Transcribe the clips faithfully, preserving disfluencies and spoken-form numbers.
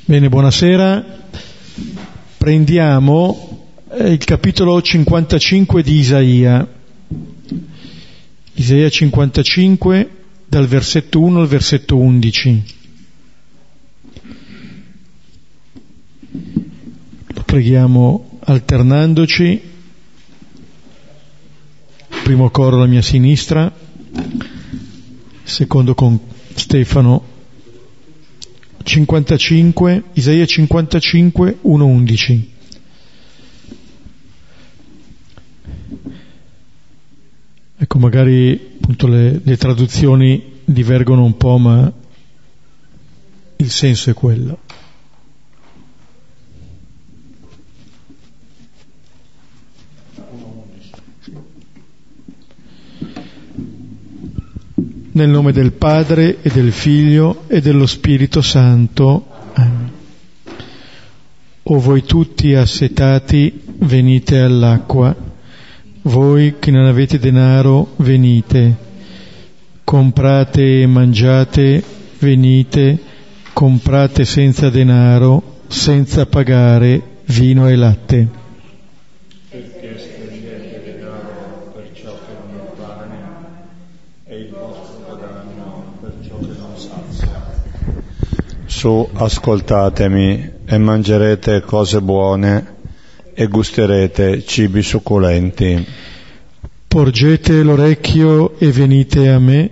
Bene, buonasera. Prendiamo il capitolo cinquantacinque di Isaia. Isaia cinquantacinque, dal versetto uno al versetto undici. Lo preghiamo alternandoci. Primo coro alla mia sinistra, secondo con Stefano. cinquantacinque, Isaia cinquantacinque, uno undici. Ecco, magari appunto le, le traduzioni divergono un po', ma il senso è quello. Nel nome del Padre e del Figlio e dello Spirito Santo. Amen. O voi tutti assetati, venite all'acqua. Voi che non avete denaro, venite. Comprate e mangiate, venite. Comprate senza denaro, senza pagare, vino e latte. Su, ascoltatemi e mangerete cose buone e gusterete cibi succulenti. Porgete l'orecchio e venite a me,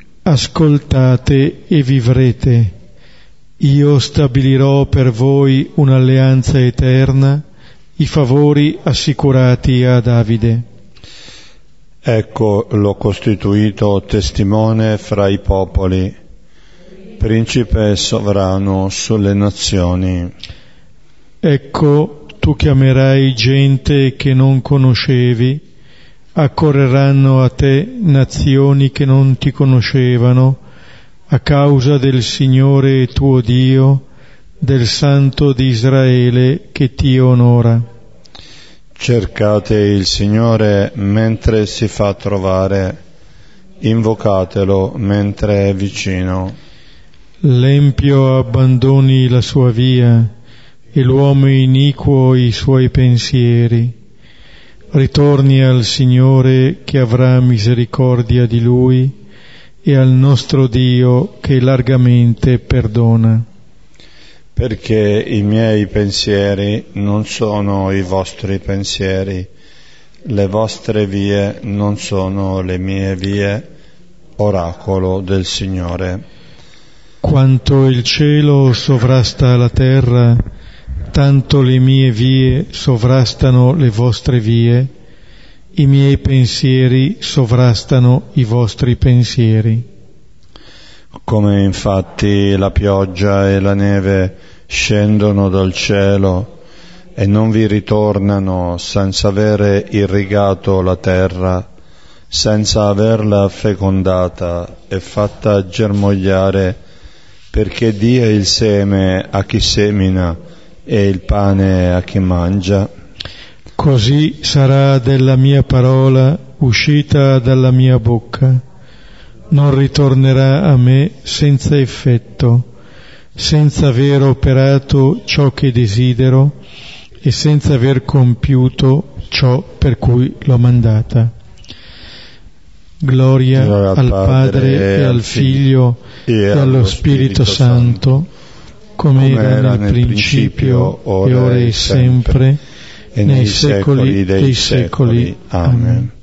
ascoltate e vivrete. Io stabilirò per voi un'alleanza eterna, i favori assicurati a Davide. Ecco, l'ho costituito testimone fra i popoli, principe sovrano sulle nazioni. Ecco, tu chiamerai gente che non conoscevi, accorreranno a te nazioni che non ti conoscevano, a causa del Signore tuo Dio, del Santo di Israele che ti onora. Cercate il Signore mentre si fa trovare, invocatelo mentre è vicino. L'empio abbandoni la sua via e l'uomo iniquo i suoi pensieri. Ritorni al Signore che avrà misericordia di lui e al nostro Dio che largamente perdona. Perché i miei pensieri non sono i vostri pensieri, le vostre vie non sono le mie vie, oracolo del Signore. Quanto il cielo sovrasta la terra, tanto le mie vie sovrastano le vostre vie, i miei pensieri sovrastano i vostri pensieri. Come infatti la pioggia e la neve scendono dal cielo e non vi ritornano senza avere irrigato la terra, senza averla fecondata e fatta germogliare, perché dia il seme a chi semina e il pane a chi mangia. Così sarà della mia parola uscita dalla mia bocca. Non ritornerà a me senza effetto, senza aver operato ciò che desidero e senza aver compiuto ciò per cui l'ho mandata. Gloria, Gloria al Padre e al Figlio e, e allo Spirito, Spirito Santo, come era nel principio, ora e ora e sempre, e nei secoli dei secoli. Amen.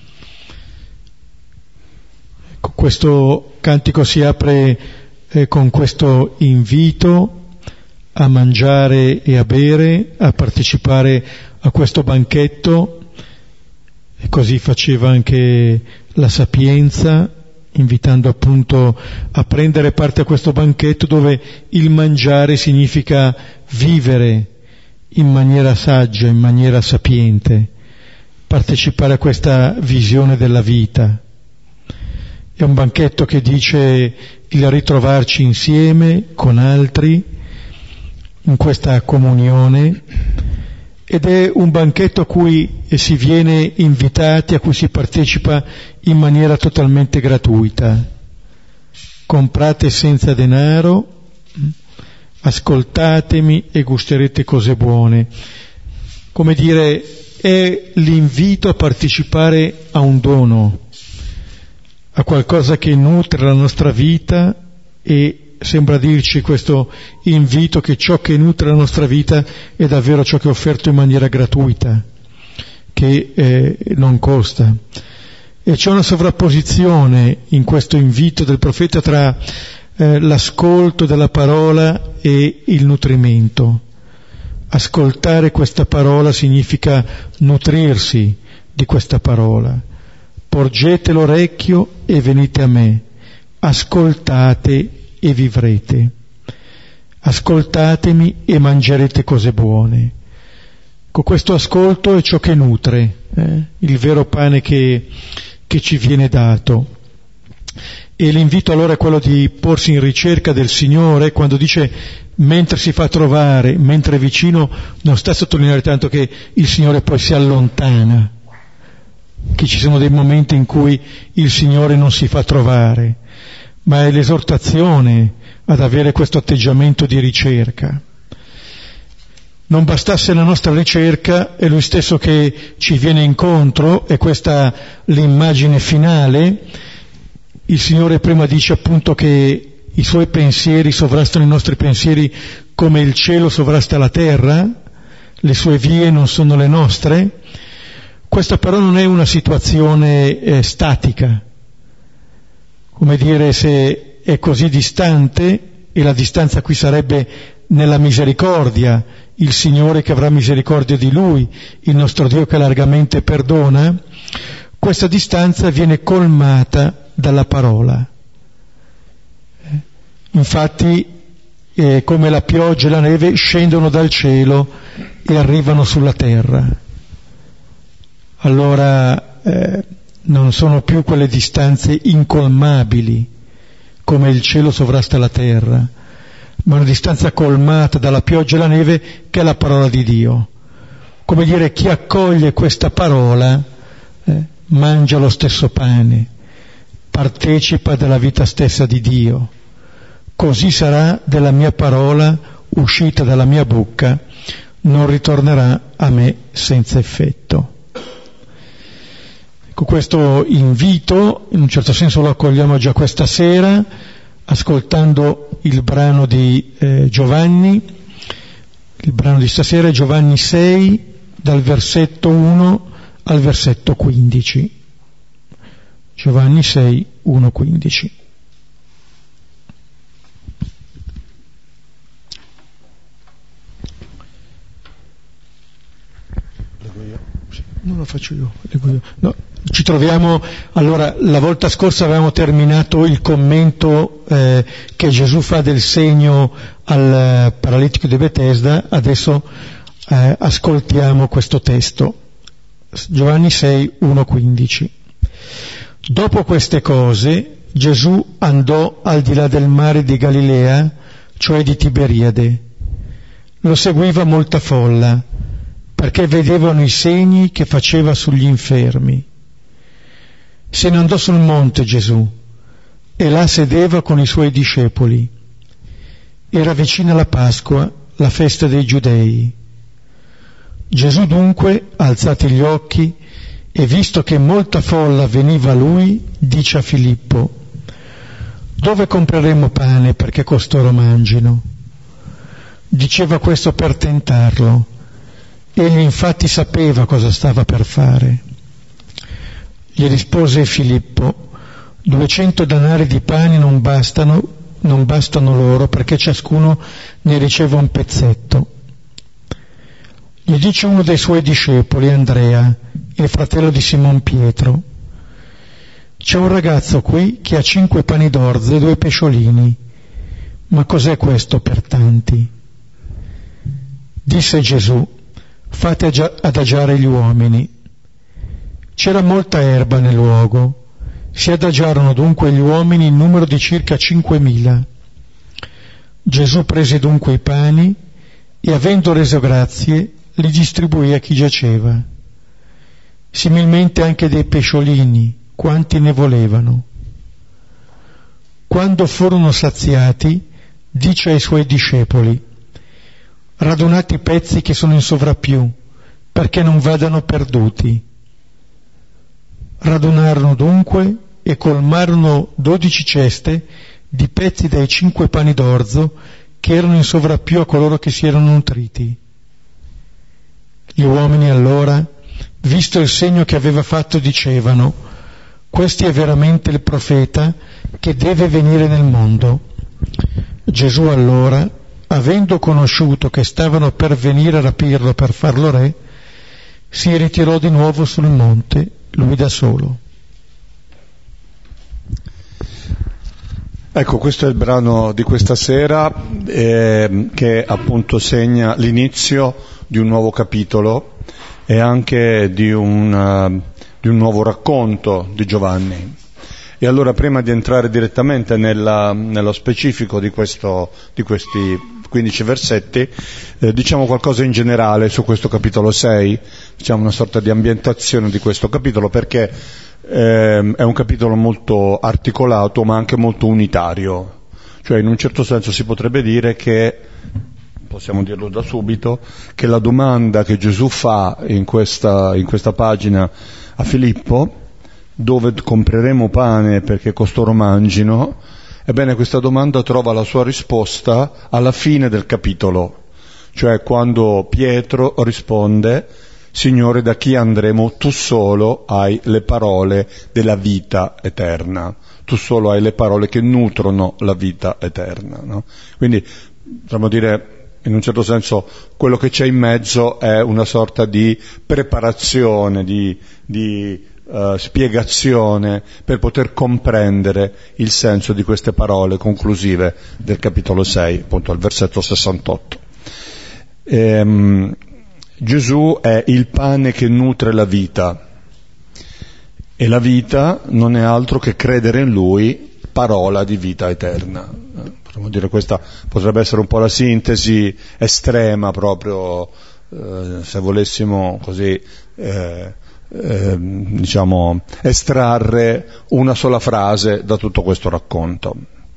Ecco, questo cantico si apre eh, con questo invito a mangiare e a bere, a partecipare a questo banchetto, e così faceva anche la Sapienza, invitando appunto a prendere parte a questo banchetto dove il mangiare significa vivere in maniera saggia, in maniera sapiente, partecipare a questa visione della vita. È un banchetto che dice il ritrovarci insieme con altri in questa comunione, ed è un banchetto a cui si viene invitati, a cui si partecipa in maniera totalmente gratuita. Comprate senza denaro, ascoltatemi e gusterete cose buone. Come dire, è l'invito a partecipare a un dono, a qualcosa che nutre la nostra vita, e sembra dirci questo invito che ciò che nutre la nostra vita è davvero ciò che è offerto in maniera gratuita, che eh, non costa. E c'è una sovrapposizione in questo invito del profeta tra eh, l'ascolto della parola e il nutrimento. Ascoltare questa parola significa nutrirsi di questa parola. Porgete l'orecchio e venite a me, ascoltate e vivrete. Ascoltatemi e mangerete cose buone. Con questo ascolto è ciò che nutre, eh? il vero pane che, che ci viene dato. E l'invito allora è quello di porsi in ricerca del Signore. Quando dice mentre si fa trovare, mentre è vicino, non sta a sottolineare tanto che il Signore poi si allontana, che ci sono dei momenti in cui il Signore non si fa trovare, ma è l'esortazione ad avere questo atteggiamento di ricerca. Non bastasse la nostra ricerca, è Lui stesso che ci viene incontro, e questa l'immagine finale. Il Signore prima dice appunto che i Suoi pensieri sovrastano i nostri pensieri come il cielo sovrasta la terra, le Sue vie non sono le nostre. Questa però non è una situazione eh, statica, come dire, se è così distante, e la distanza qui sarebbe nella misericordia, il Signore che avrà misericordia di Lui, il nostro Dio che largamente perdona, questa distanza viene colmata dalla parola. Infatti, eh, come la pioggia e la neve scendono dal cielo e arrivano sulla terra. Allora eh, non sono più quelle distanze incolmabili, come il cielo sovrasta la terra, ma una distanza colmata dalla pioggia e la neve, che è la parola di Dio. Come dire, chi accoglie questa parola eh, mangia lo stesso pane, partecipa della vita stessa di Dio. Così sarà della mia parola uscita dalla mia bocca, non ritornerà a me senza effetto. Ecco, questo invito in un certo senso lo accogliamo già questa sera, ascoltando il brano di eh, Giovanni. Il brano di stasera è Giovanni sei, dal versetto uno al versetto quindici. Giovanni sei, uno, quindici. Leggo io? Sì, non lo faccio io, leggo io. No. Ci troviamo, allora, la volta scorsa avevamo terminato il commento eh, che Gesù fa del segno al paralitico di Betesda. Adesso eh, ascoltiamo questo testo. Giovanni sei, uno, quindici. Dopo queste cose Gesù andò al di là del mare di Galilea, cioè di Tiberiade. Lo seguiva molta folla, perché vedevano i segni che faceva sugli infermi. Se ne andò sul monte Gesù, e là sedeva con i suoi discepoli. Era vicina la Pasqua, la festa dei Giudei. Gesù dunque, alzati gli occhi, e visto che molta folla veniva a lui, dice a Filippo: dove compreremo pane perché costoro mangino? Diceva questo per tentarlo. Egli infatti sapeva cosa stava per fare. Gli rispose Filippo: duecento danari di pane non bastano, non bastano loro, perché ciascuno ne riceva un pezzetto. Gli dice uno dei suoi discepoli, Andrea, il fratello di Simon Pietro: c'è un ragazzo qui che ha cinque pani d'orzo e due pesciolini, ma cos'è questo per tanti? Disse Gesù: fate adagiare gli uomini. C'era molta erba nel luogo, si adagiarono dunque gli uomini in numero di circa cinquemila. Gesù prese dunque i pani e, avendo reso grazie, li distribuì a chi giaceva. Similmente anche dei pesciolini, quanti ne volevano. Quando furono saziati, dice ai suoi discepoli: radunate i pezzi che sono in sovrappiù, perché non vadano perduti. Radunarono dunque e colmarono dodici ceste di pezzi dai cinque pani d'orzo che erano in sovrappiù a coloro che si erano nutriti. Gli uomini allora, visto il segno che aveva fatto, dicevano: questo è veramente il profeta che deve venire nel mondo. Gesù allora, avendo conosciuto che stavano per venire a rapirlo per farlo re, si ritirò di nuovo sul monte, lui da solo. Ecco, questo è il brano di questa sera eh, che appunto segna l'inizio di un nuovo capitolo e anche di un, uh, di un nuovo racconto di Giovanni. E allora, prima di entrare direttamente nella, nello specifico di, questo, di questi quindici versetti, eh, diciamo qualcosa in generale su questo capitolo sei, diciamo una sorta di ambientazione di questo capitolo, perché eh, è un capitolo molto articolato ma anche molto unitario. Cioè, in un certo senso si potrebbe dire che, possiamo dirlo da subito, che la domanda che Gesù fa in questa, in questa pagina a Filippo, dove compreremo pane perché costoro mangino, ebbene questa domanda trova la sua risposta alla fine del capitolo, cioè quando Pietro risponde: Signore, da chi andremo? Tu solo hai le parole della vita eterna, tu solo hai le parole che nutrono la vita eterna, no? Quindi, possiamo dire, in un certo senso, quello che c'è in mezzo è una sorta di preparazione, di, di uh, spiegazione per poter comprendere il senso di queste parole conclusive del capitolo sei, appunto al versetto sessantotto. Ehm, Gesù è il pane che nutre la vita, e la vita non è altro che credere in Lui, parola di vita eterna. Potremmo dire, questa potrebbe essere un po' la sintesi estrema proprio, eh, se volessimo così, eh, eh, diciamo, estrarre una sola frase da tutto questo racconto.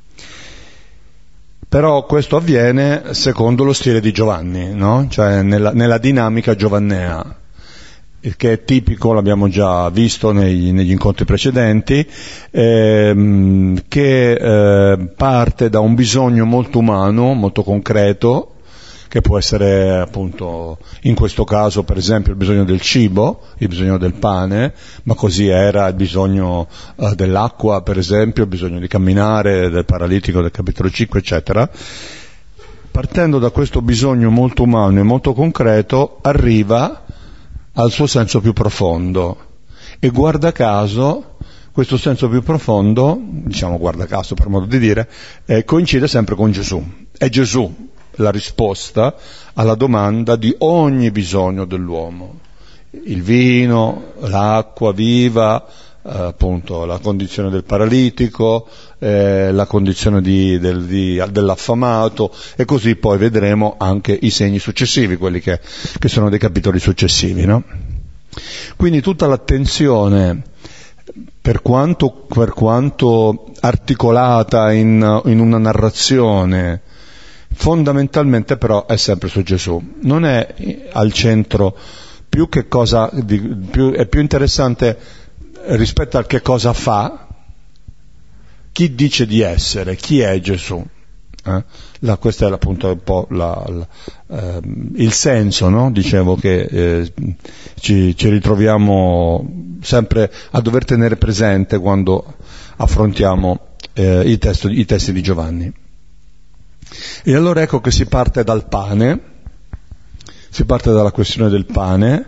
Però questo avviene secondo lo stile di Giovanni, no? Cioè nella, nella dinamica giovannea, il che è tipico, l'abbiamo già visto negli, negli incontri precedenti, ehm, che eh, parte da un bisogno molto umano, molto concreto, che può essere appunto, in questo caso per esempio il bisogno del cibo, il bisogno del pane, ma così era il bisogno uh, dell'acqua, per esempio, il bisogno di camminare, del paralitico del capitolo cinque, eccetera. Partendo da questo bisogno molto umano e molto concreto, arriva al suo senso più profondo, e guarda caso questo senso più profondo, diciamo guarda caso per modo di dire, eh, coincide sempre con Gesù. È Gesù la risposta alla domanda di ogni bisogno dell'uomo: il vino, l'acqua viva, eh, appunto la condizione del paralitico, eh, la condizione di, del, di, dell'affamato, e così poi vedremo anche i segni successivi, quelli che, che sono dei capitoli successivi, no? Quindi tutta l'attenzione, per quanto, per quanto articolata in, in una narrazione, fondamentalmente però è sempre su Gesù. Non è al centro, più che cosa di, più, è più interessante rispetto al che cosa fa, chi dice di essere, chi è Gesù. Eh? La, questo è appunto un po' la, la, eh, il senso, no? Dicevo che eh, ci, ci ritroviamo sempre a dover tenere presente quando affrontiamo eh, i, testo, i testi di Giovanni. E allora ecco che si parte dal pane, si parte dalla questione del pane,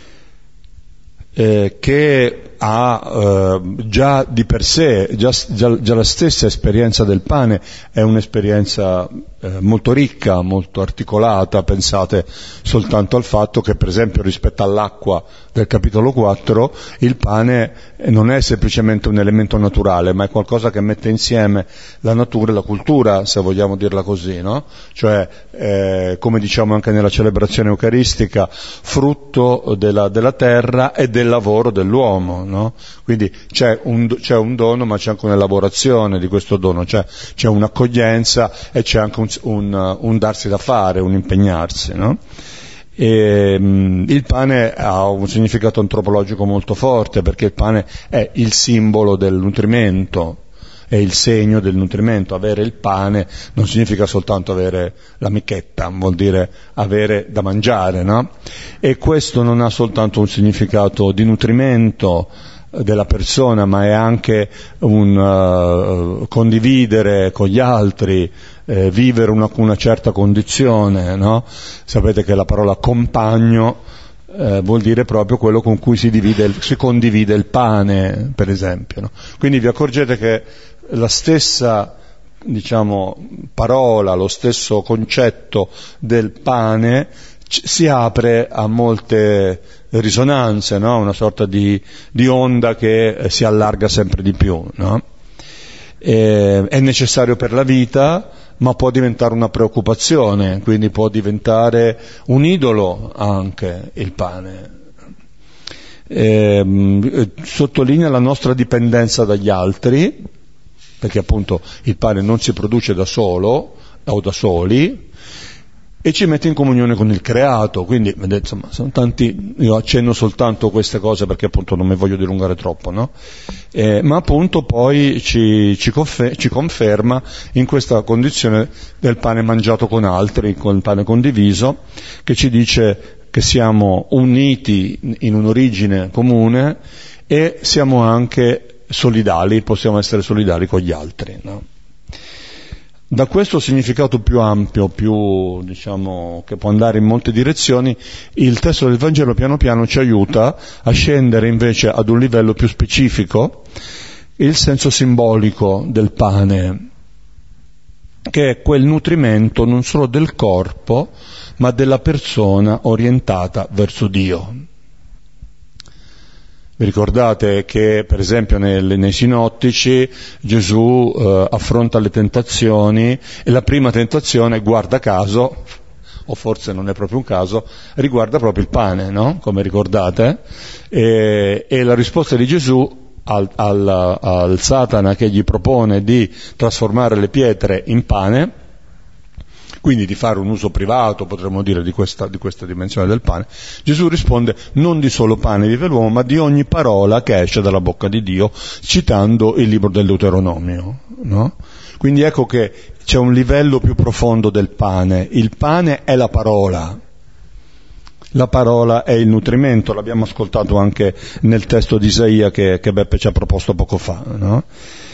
eh, che ha eh, già di per sé, già, già, già la stessa esperienza del pane è un'esperienza eh, molto ricca, molto articolata. Pensate soltanto al fatto che, per esempio, rispetto all'acqua del capitolo quattro, il pane non è semplicemente un elemento naturale, ma è qualcosa che mette insieme la natura e la cultura, se vogliamo dirla così, no? Cioè, eh, come diciamo anche nella celebrazione eucaristica, frutto della, della terra e del lavoro dell'uomo, no? Quindi c'è un, c'è un dono, ma c'è anche un'elaborazione di questo dono, cioè c'è un'accoglienza e c'è anche un, un, un darsi da fare, un impegnarsi, no? E, mh, il pane ha un significato antropologico molto forte, perché il pane è il simbolo del nutrimento, è il segno del nutrimento. Avere il pane non significa soltanto avere la michetta, vuol dire avere da mangiare, no? E questo non ha soltanto un significato di nutrimento della persona, ma è anche un uh, condividere con gli altri, eh, vivere una, una certa condizione, no? Sapete che la parola compagno eh, vuol dire proprio quello con cui si divide, il, si condivide il pane, per esempio, no? Quindi vi accorgete che la stessa, diciamo, parola, lo stesso concetto del pane si apre a molte risonanze, no? Una sorta di, di onda che si allarga sempre di più, no? E, è necessario per la vita, ma può diventare una preoccupazione, quindi può diventare un idolo anche il pane. E, sottolinea la nostra dipendenza dagli altri, perché appunto il pane non si produce da solo o da soli, e ci mette in comunione con il creato. Quindi vedete, insomma, sono tanti, io accenno soltanto queste cose perché appunto non mi voglio dilungare troppo, no? Eh, ma appunto poi ci, ci, confer- ci conferma in questa condizione del pane mangiato con altri, con il pane condiviso, che ci dice che siamo uniti in un'origine comune e siamo anche solidali, possiamo essere solidali con gli altri, no? Da questo significato più ampio, più, diciamo, che può andare in molte direzioni, il testo del Vangelo piano piano ci aiuta a scendere invece ad un livello più specifico, il senso simbolico del pane, che è quel nutrimento non solo del corpo, ma della persona orientata verso Dio. Vi ricordate che per esempio nel, nei sinottici Gesù eh, affronta le tentazioni e la prima tentazione, guarda caso, o forse non è proprio un caso, riguarda proprio il pane, no? Come ricordate? E, e la risposta di Gesù al, al, al Satana che gli propone di trasformare le pietre in pane, quindi di fare un uso privato, potremmo dire, di questa, di questa dimensione del pane, Gesù risponde: non di solo pane vive l'uomo, ma di ogni parola che esce dalla bocca di Dio, citando il libro del Deuteronomio, no? Quindi ecco che c'è un livello più profondo del pane. Il pane è la parola, la parola è il nutrimento, l'abbiamo ascoltato anche nel testo di Isaia che, che Beppe ci ha proposto poco fa, no?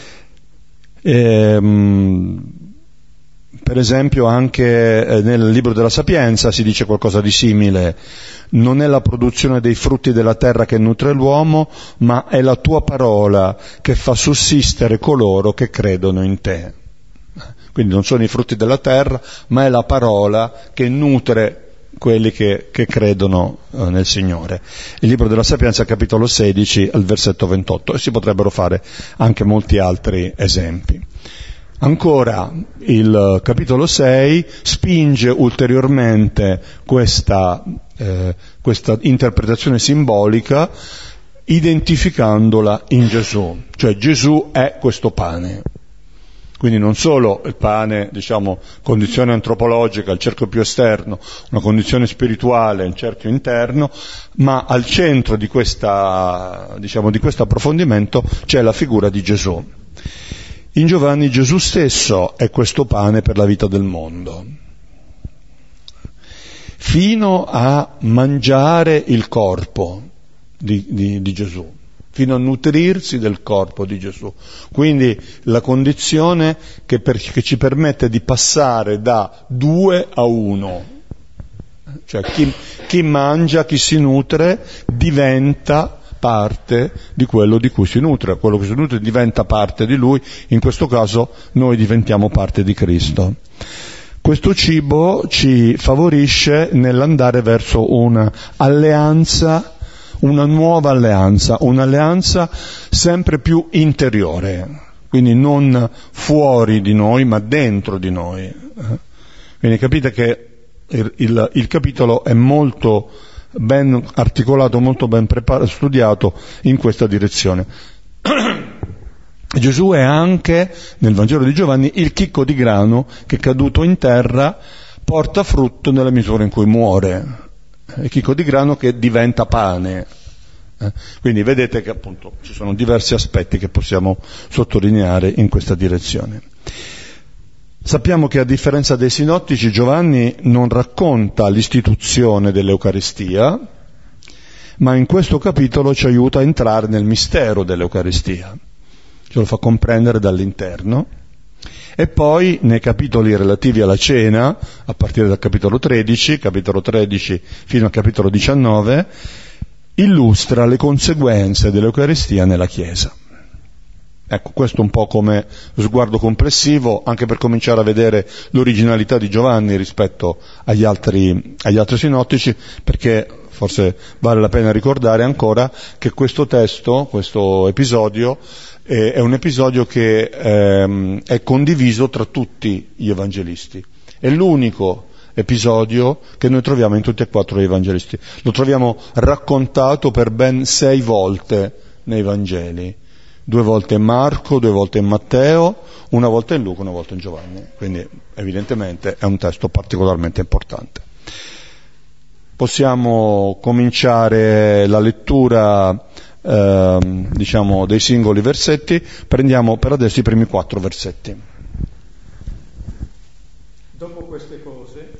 Ehm... Per esempio anche nel libro della Sapienza si dice qualcosa di simile: non è la produzione dei frutti della terra che nutre l'uomo, ma è la tua parola che fa sussistere coloro che credono in te. Quindi non sono i frutti della terra, ma è la parola che nutre quelli che, che credono eh, nel Signore. Il libro della Sapienza, capitolo sedici, al versetto ventotto, e si potrebbero fare anche molti altri esempi. Ancora, il capitolo sei spinge ulteriormente questa, eh, questa interpretazione simbolica, identificandola in Gesù. Cioè Gesù è questo pane. Quindi non solo il pane, diciamo, condizione antropologica, il cerchio più esterno, una condizione spirituale, un cerchio interno, ma al centro di questa, diciamo, di questo approfondimento c'è la figura di Gesù. In Giovanni Gesù stesso è questo pane per la vita del mondo, fino a mangiare il corpo di, di, di Gesù, fino a nutrirsi del corpo di Gesù. Quindi la condizione che, per, che ci permette di passare da due a uno, cioè chi, chi mangia, chi si nutre diventa parte di quello di cui si nutre, quello che si nutre diventa parte di lui, in questo caso noi diventiamo parte di Cristo. Questo cibo ci favorisce nell'andare verso una alleanza, una nuova alleanza, un'alleanza sempre più interiore, quindi non fuori di noi ma dentro di noi. Quindi capite che il, il, il capitolo è molto ben articolato, molto ben preparato, studiato in questa direzione. Gesù è anche, nel Vangelo di Giovanni, il chicco di grano che caduto in terra porta frutto nella misura in cui muore. Il chicco di grano che diventa pane. Eh? Quindi vedete che appunto ci sono diversi aspetti che possiamo sottolineare in questa direzione. Sappiamo che a differenza dei sinottici Giovanni non racconta l'istituzione dell'Eucaristia, ma in questo capitolo ci aiuta a entrare nel mistero dell'Eucaristia, ce lo fa comprendere dall'interno. E poi nei capitoli relativi alla cena, a partire dal capitolo tredici, capitolo tredici fino al capitolo diciannove, illustra le conseguenze dell'Eucaristia nella Chiesa. Ecco, questo un po' come sguardo complessivo, anche per cominciare a vedere l'originalità di Giovanni rispetto agli altri, agli altri sinottici, perché forse vale la pena ricordare ancora che questo testo, questo episodio, eh, è un episodio che ehm, è condiviso tra tutti gli evangelisti. È l'unico episodio che noi troviamo in tutti e quattro gli evangelisti. Lo troviamo raccontato per ben sei volte nei Vangeli. Due volte in Marco, due volte in Matteo, una volta in Luca, una volta in Giovanni. Quindi evidentemente è un testo particolarmente importante. Possiamo cominciare la lettura eh, diciamo dei singoli versetti. Prendiamo per adesso i primi quattro versetti. Dopo queste cose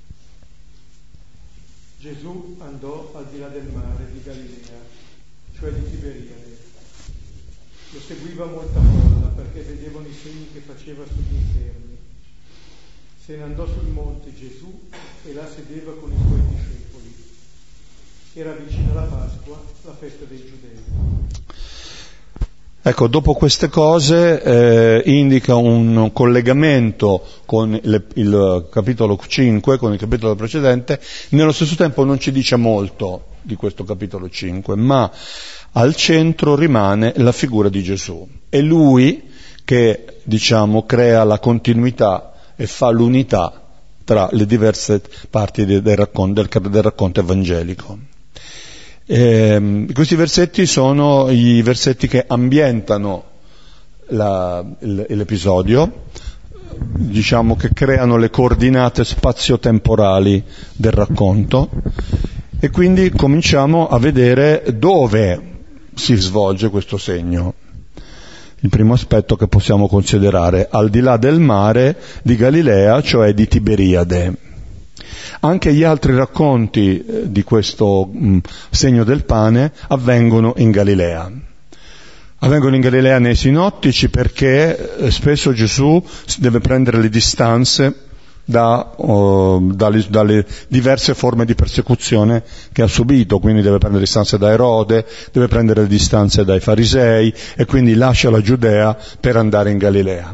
Gesù andò al di là del mare di Galilea, cioè di Tiberiade. Lo seguiva molta folla perché vedevano i segni che faceva sugli infermi. Se ne andò sul monte Gesù e là sedeva con i suoi discepoli. Era vicina la Pasqua, la festa dei Giudei. Ecco, dopo queste cose eh, indica un collegamento con le, il capitolo cinque, con il capitolo precedente. Nello stesso tempo non ci dice molto di questo capitolo cinque, ma al centro rimane la figura di Gesù. È lui che, diciamo, crea la continuità e fa l'unità tra le diverse parti del, del, racconto, del, del racconto evangelico. E, questi versetti sono i versetti che ambientano la, l'episodio, diciamo che creano le coordinate spazio-temporali del racconto, e quindi cominciamo a vedere dove si svolge questo segno. Il primo aspetto che possiamo considerare, al di là del mare di Galilea, cioè di Tiberiade. Anche gli altri racconti di questo mh, segno del pane avvengono in Galilea. Avvengono in Galilea nei sinottici perché eh, spesso Gesù deve prendere le distanze da, oh, dalle, dalle diverse forme di persecuzione che ha subito, quindi deve prendere distanze da Erode, deve prendere le distanze dai farisei e quindi lascia la Giudea per andare in Galilea.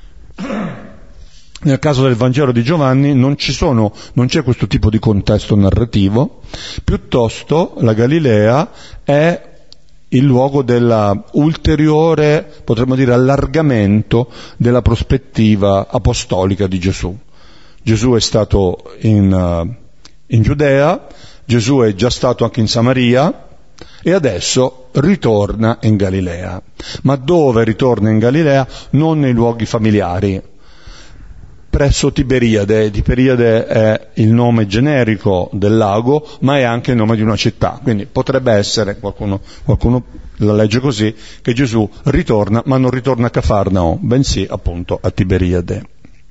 Nel caso del Vangelo di Giovanni non ci sono, non c'è questo tipo di contesto narrativo, piuttosto la Galilea è il luogo della ulteriore, potremmo dire, allargamento della prospettiva apostolica di Gesù. Gesù è stato in, uh, in Giudea, Gesù è già stato anche in Samaria e adesso ritorna in Galilea. Ma dove ritorna in Galilea? Non nei luoghi familiari. Presso Tiberiade. Tiberiade è il nome generico del lago, ma è anche il nome di una città. Quindi potrebbe essere, qualcuno, qualcuno la legge così, che Gesù ritorna, ma non ritorna a Cafarnao, bensì appunto a Tiberiade.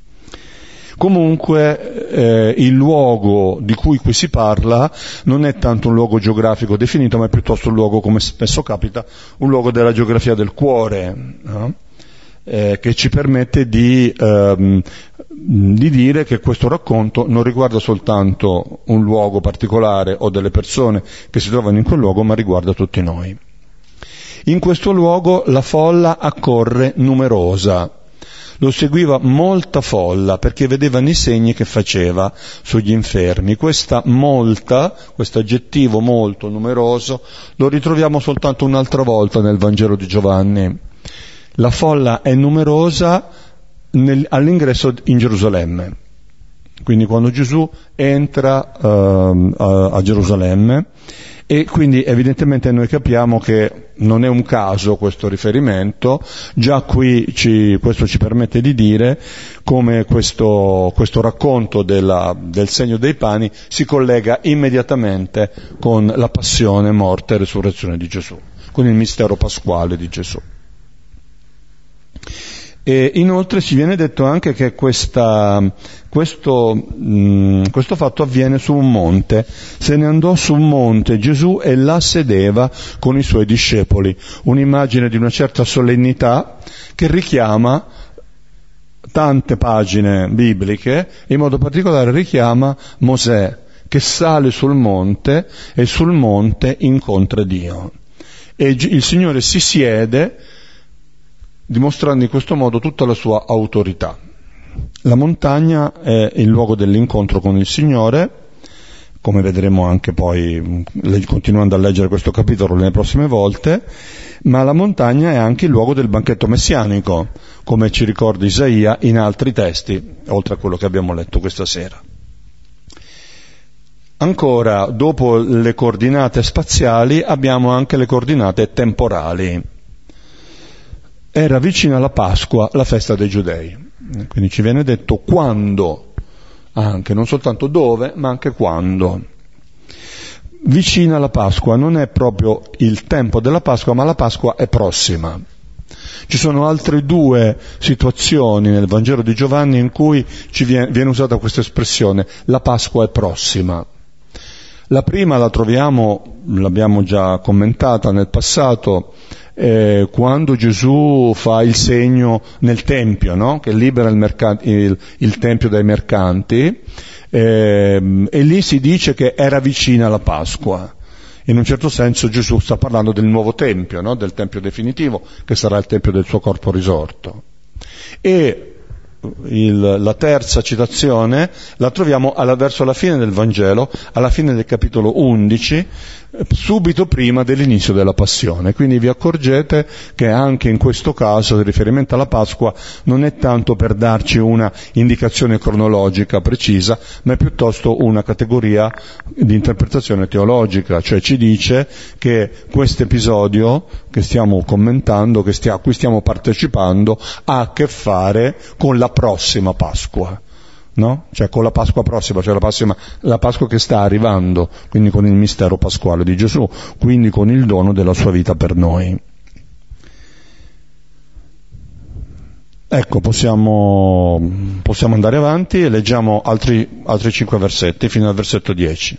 Comunque eh, il luogo di cui qui si parla non è tanto un luogo geografico definito, ma è piuttosto un luogo, come spesso capita, un luogo della geografia del cuore, no? eh, che ci permette di, ehm, di dire che questo racconto non riguarda soltanto un luogo particolare o delle persone che si trovano in quel luogo, ma riguarda tutti noi. In questo luogo la folla accorre numerosa. Lo seguiva molta folla perché vedevano i segni che faceva sugli infermi. Questa molta, questo aggettivo molto, numeroso, lo ritroviamo soltanto un'altra volta nel Vangelo di Giovanni. La folla è numerosa nel, all'ingresso in Gerusalemme. quindi quando Gesù entra uh, a, a Gerusalemme, e quindi evidentemente noi capiamo che non è un caso questo riferimento. Già qui ci, questo ci permette di dire come questo, questo racconto della, del segno dei pani si collega immediatamente con la passione, morte e resurrezione di Gesù, con il mistero pasquale di Gesù. E inoltre ci viene detto anche che questa, questo, mh, questo fatto avviene su un monte. Se ne andò su un monte Gesù e là sedeva con i suoi discepoli. Un'immagine di una certa solennità che richiama tante pagine bibliche, in modo particolare richiama Mosè che sale sul monte e sul monte incontra Dio. E il Signore si siede, dimostrando in questo modo tutta la sua autorità. La montagna è il luogo dell'incontro con il Signore, come vedremo anche poi continuando a leggere questo capitolo nelle prossime volte, ma la montagna è anche il luogo del banchetto messianico, come ci ricorda Isaia in altri testi, oltre a quello che abbiamo letto questa sera. Ancora, dopo le coordinate spaziali, abbiamo anche le coordinate temporali. Era vicina la Pasqua, la festa dei Giudei. Quindi ci viene detto quando, anche, non soltanto dove, ma anche quando. Vicina la Pasqua non è proprio il tempo della Pasqua, ma la Pasqua è prossima. Ci sono altre due situazioni nel Vangelo di Giovanni in cui ci viene, viene usata questa espressione, la Pasqua è prossima. La prima la troviamo, l'abbiamo già commentata nel passato, eh, quando Gesù fa il segno nel Tempio, no? Che libera il, merc- il, il Tempio dai mercanti, eh, e lì si dice che era vicina la Pasqua. In un certo senso Gesù sta parlando del nuovo Tempio, no? Del Tempio definitivo, che sarà il Tempio del suo corpo risorto. E Il, la terza citazione la troviamo alla, verso la fine del Vangelo, alla fine del capitolo undici, subito prima dell'inizio della Passione. Quindi vi accorgete che anche in questo caso il riferimento alla Pasqua non è tanto per darci una indicazione cronologica precisa, ma è piuttosto una categoria di interpretazione teologica, cioè ci dice che questo episodio che stiamo commentando, che stia, a cui stiamo partecipando, ha a che fare con la prossima Pasqua, no? Cioè con la Pasqua prossima, cioè la, prossima, la Pasqua che sta arrivando, quindi con il mistero pasquale di Gesù, quindi con il dono della sua vita per noi. Ecco, possiamo, possiamo andare avanti e leggiamo altri, altri cinque versetti fino al versetto dieci.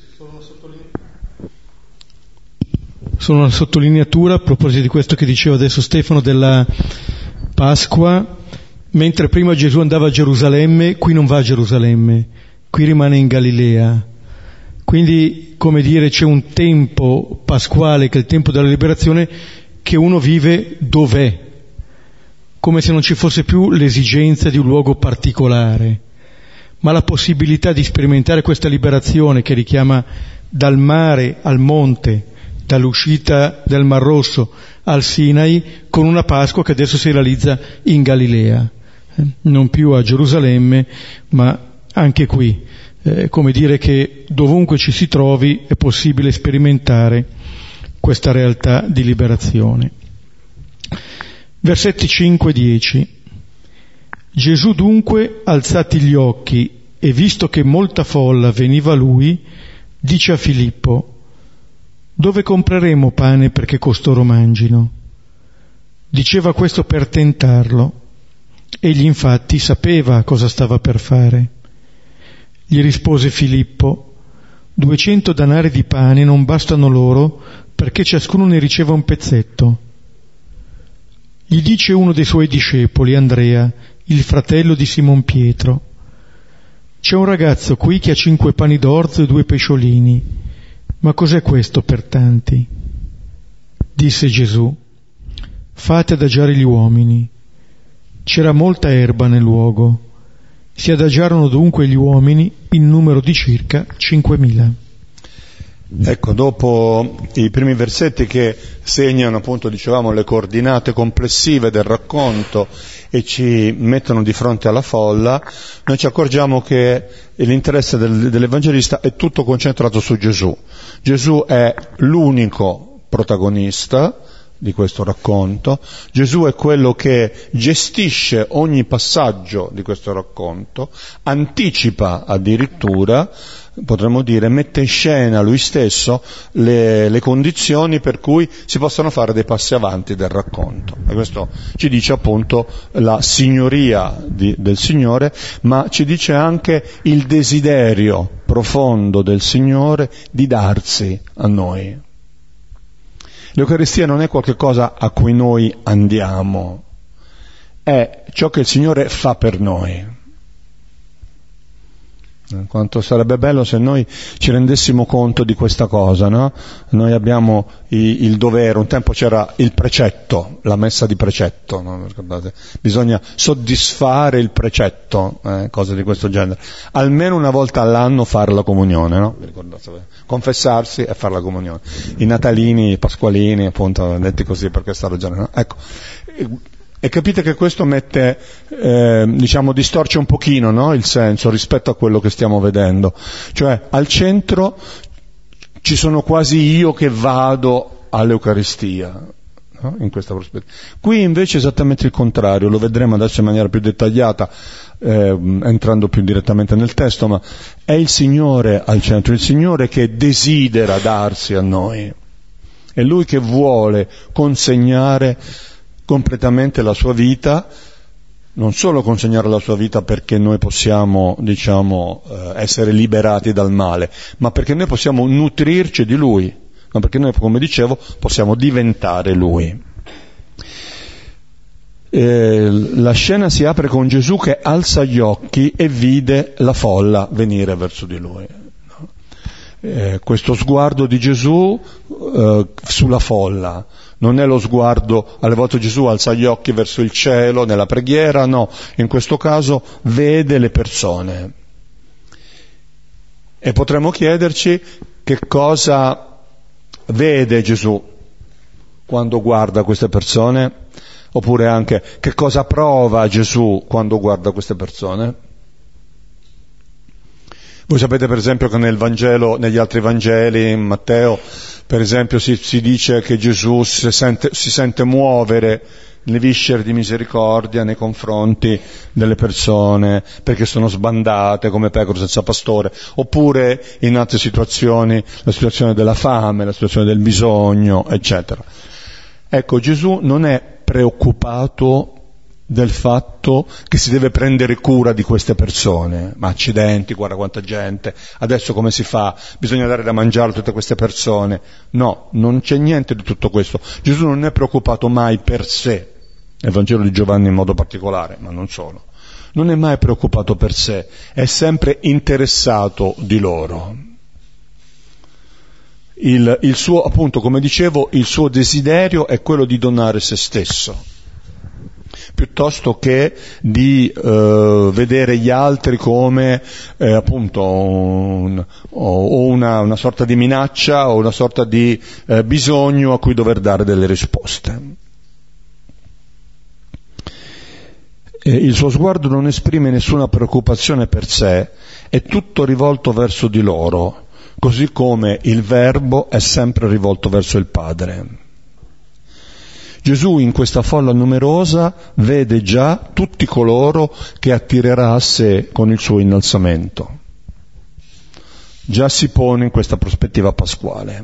Solo una sottolineatura a proposito di questo che diceva adesso Stefano della Pasqua. Mentre prima Gesù andava a Gerusalemme, qui non va a Gerusalemme, qui rimane in Galilea. Quindi, come dire, c'è un tempo pasquale, che è il tempo della liberazione, che uno vive dov'è, come se non ci fosse più l'esigenza di un luogo particolare, ma la possibilità di sperimentare questa liberazione che richiama dal mare al monte, dall'uscita del Mar Rosso al Sinai, con una Pasqua che adesso si realizza in Galilea. Non più a Gerusalemme, ma anche qui, eh, come dire che dovunque ci si trovi è possibile sperimentare questa realtà di liberazione. Versetti cinque dieci. Gesù dunque, alzati gli occhi e visto che molta folla veniva a lui, dice a Filippo: dove compreremo pane perché costoro mangino? Diceva questo per tentarlo. Egli infatti sapeva cosa stava per fare. Gli rispose Filippo: duecento danari di pane non bastano loro perché ciascuno ne riceva un pezzetto. Gli dice uno dei suoi discepoli, Andrea, il fratello di Simon Pietro: c'è un ragazzo qui che ha cinque pani d'orzo e due pesciolini, ma cos'è questo per tanti? Disse Gesù: fate adagiare gli uomini. C'era molta erba nel luogo. Si adagiarono dunque gli uomini in numero di circa cinquemila. Ecco, dopo i primi versetti che segnano, appunto, dicevamo, le coordinate complessive del racconto e ci mettono di fronte alla folla, noi ci accorgiamo che l'interesse del, dell'Evangelista è tutto concentrato su Gesù. Gesù è l'unico protagonista di questo racconto, Gesù è quello che gestisce ogni passaggio di questo racconto, anticipa addirittura, potremmo dire, mette in scena lui stesso le, le condizioni per cui si possono fare dei passi avanti del racconto. E questo ci dice appunto la signoria di, del Signore, ma ci dice anche il desiderio profondo del Signore di darsi a noi. L'Eucaristia non è qualcosa a cui noi andiamo, è ciò che il Signore fa per noi. Quanto sarebbe bello se noi ci rendessimo conto di questa cosa, no? Noi abbiamo i, il dovere, un tempo c'era il precetto, la messa di precetto, no? Ricordate? Bisogna soddisfare il precetto, eh, cose di questo genere. Almeno una volta all'anno fare la comunione, no? Ricordate? Confessarsi e fare la comunione. I natalini, i pasqualini, appunto, detti così per questa ragione, no? Ecco. E capite che questo mette, eh, diciamo, distorce un pochino, no? Il senso rispetto a quello che stiamo vedendo. Cioè, al centro ci sono quasi io che vado all'Eucaristia, no? In questa prospettiva. Qui invece è esattamente il contrario, lo vedremo adesso in maniera più dettagliata, eh, entrando più direttamente nel testo, ma è il Signore al centro, il Signore che desidera darsi a noi. È Lui che vuole consegnare completamente la sua vita, non solo consegnare la sua vita perché noi possiamo, diciamo, eh, essere liberati dal male, ma perché noi possiamo nutrirci di Lui, ma perché noi, come dicevo, possiamo diventare Lui. Eh, la scena si apre con Gesù che alza gli occhi e vide la folla venire verso di Lui. Eh, questo sguardo di Gesù eh, sulla folla non è lo sguardo, alle volte Gesù alza gli occhi verso il cielo nella preghiera, no, in questo caso vede le persone. E potremmo chiederci che cosa vede Gesù quando guarda queste persone, oppure anche che cosa prova Gesù quando guarda queste persone. Voi sapete per esempio che nel Vangelo, negli altri Vangeli, in Matteo, per esempio si, si dice che Gesù si sente, si sente muovere le viscere di misericordia nei confronti delle persone perché sono sbandate come pecore senza pastore, oppure in altre situazioni, la situazione della fame, la situazione del bisogno, eccetera. Ecco, Gesù non è preoccupato del fatto che si deve prendere cura di queste persone. Ma accidenti, guarda quanta gente, adesso come si fa? Bisogna dare da mangiare a tutte queste persone. No, non c'è niente di tutto questo. Gesù non è preoccupato mai per sé, nel Vangelo di Giovanni in modo particolare, ma non solo. Non è mai preoccupato per sé, è sempre interessato di loro. Il, il suo, appunto, come dicevo, il suo desiderio è quello di donare se stesso, piuttosto che di eh, vedere gli altri come eh, appunto un, o una, una sorta di minaccia o una sorta di eh, bisogno a cui dover dare delle risposte. E il suo sguardo non esprime nessuna preoccupazione per sé, è tutto rivolto verso di loro, così come il Verbo è sempre rivolto verso il Padre. Gesù in questa folla numerosa vede già tutti coloro che attirerà a sé con il suo innalzamento. Già si pone in questa prospettiva pasquale.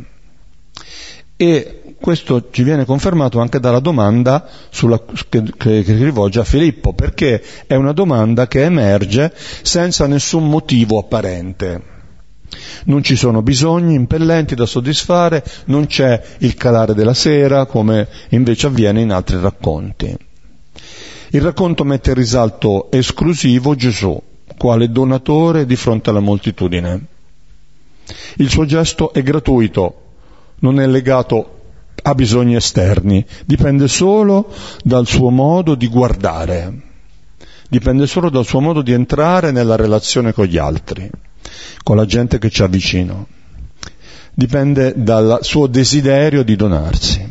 E questo ci viene confermato anche dalla domanda sulla, che, che, che rivolge a Filippo, perché è una domanda che emerge senza nessun motivo apparente. Non ci sono bisogni impellenti da soddisfare, non c'è il calare della sera come invece avviene in altri racconti. Il racconto mette in risalto esclusivo Gesù, quale donatore di fronte alla moltitudine. Il suo gesto è gratuito, non è legato a bisogni esterni, dipende solo dal suo modo di guardare, dipende solo dal suo modo di entrare nella relazione con gli altri, con la gente che ci ha vicino. dipende dal suo desiderio di donarsi.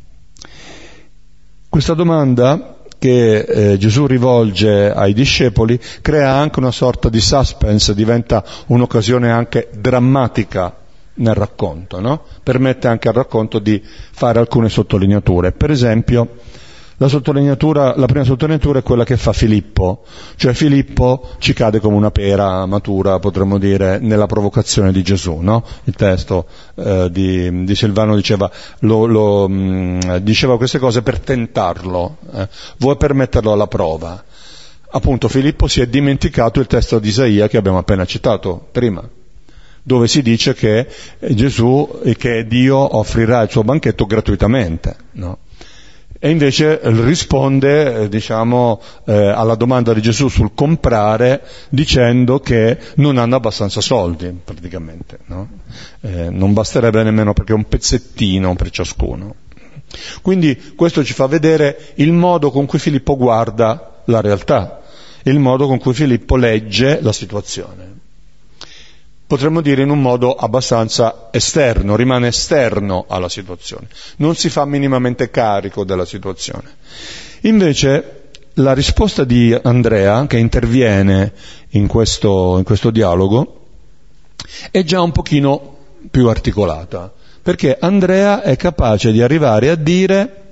Questa domanda che eh, Gesù rivolge ai discepoli crea anche una sorta di suspense, diventa un'occasione anche drammatica nel racconto, no? Permette anche al racconto di fare alcune sottolineature. Per esempio, la sottolineatura, la prima sottolineatura è quella che fa Filippo, cioè Filippo ci cade come una pera matura, potremmo dire, nella provocazione di Gesù, no? Il testo eh, di, di Silvano diceva, lo, lo, mh, diceva queste cose per tentarlo, eh, vuoi per metterlo alla prova. Appunto Filippo si è dimenticato il testo di Isaia che abbiamo appena citato prima, dove si dice che Gesù, che Dio offrirà il suo banchetto gratuitamente, no? E invece risponde, diciamo, eh, alla domanda di Gesù sul comprare dicendo che non hanno abbastanza soldi, praticamente, no? Eh, non basterebbe nemmeno perché un pezzettino per ciascuno. Quindi questo ci fa vedere il modo con cui Filippo guarda la realtà, il modo con cui Filippo legge la situazione. Potremmo dire in un modo abbastanza esterno, rimane esterno alla situazione, non si fa minimamente carico della situazione. Invece la risposta di Andrea, che interviene in questo, in questo dialogo, è già un pochino più articolata, perché Andrea è capace di arrivare a dire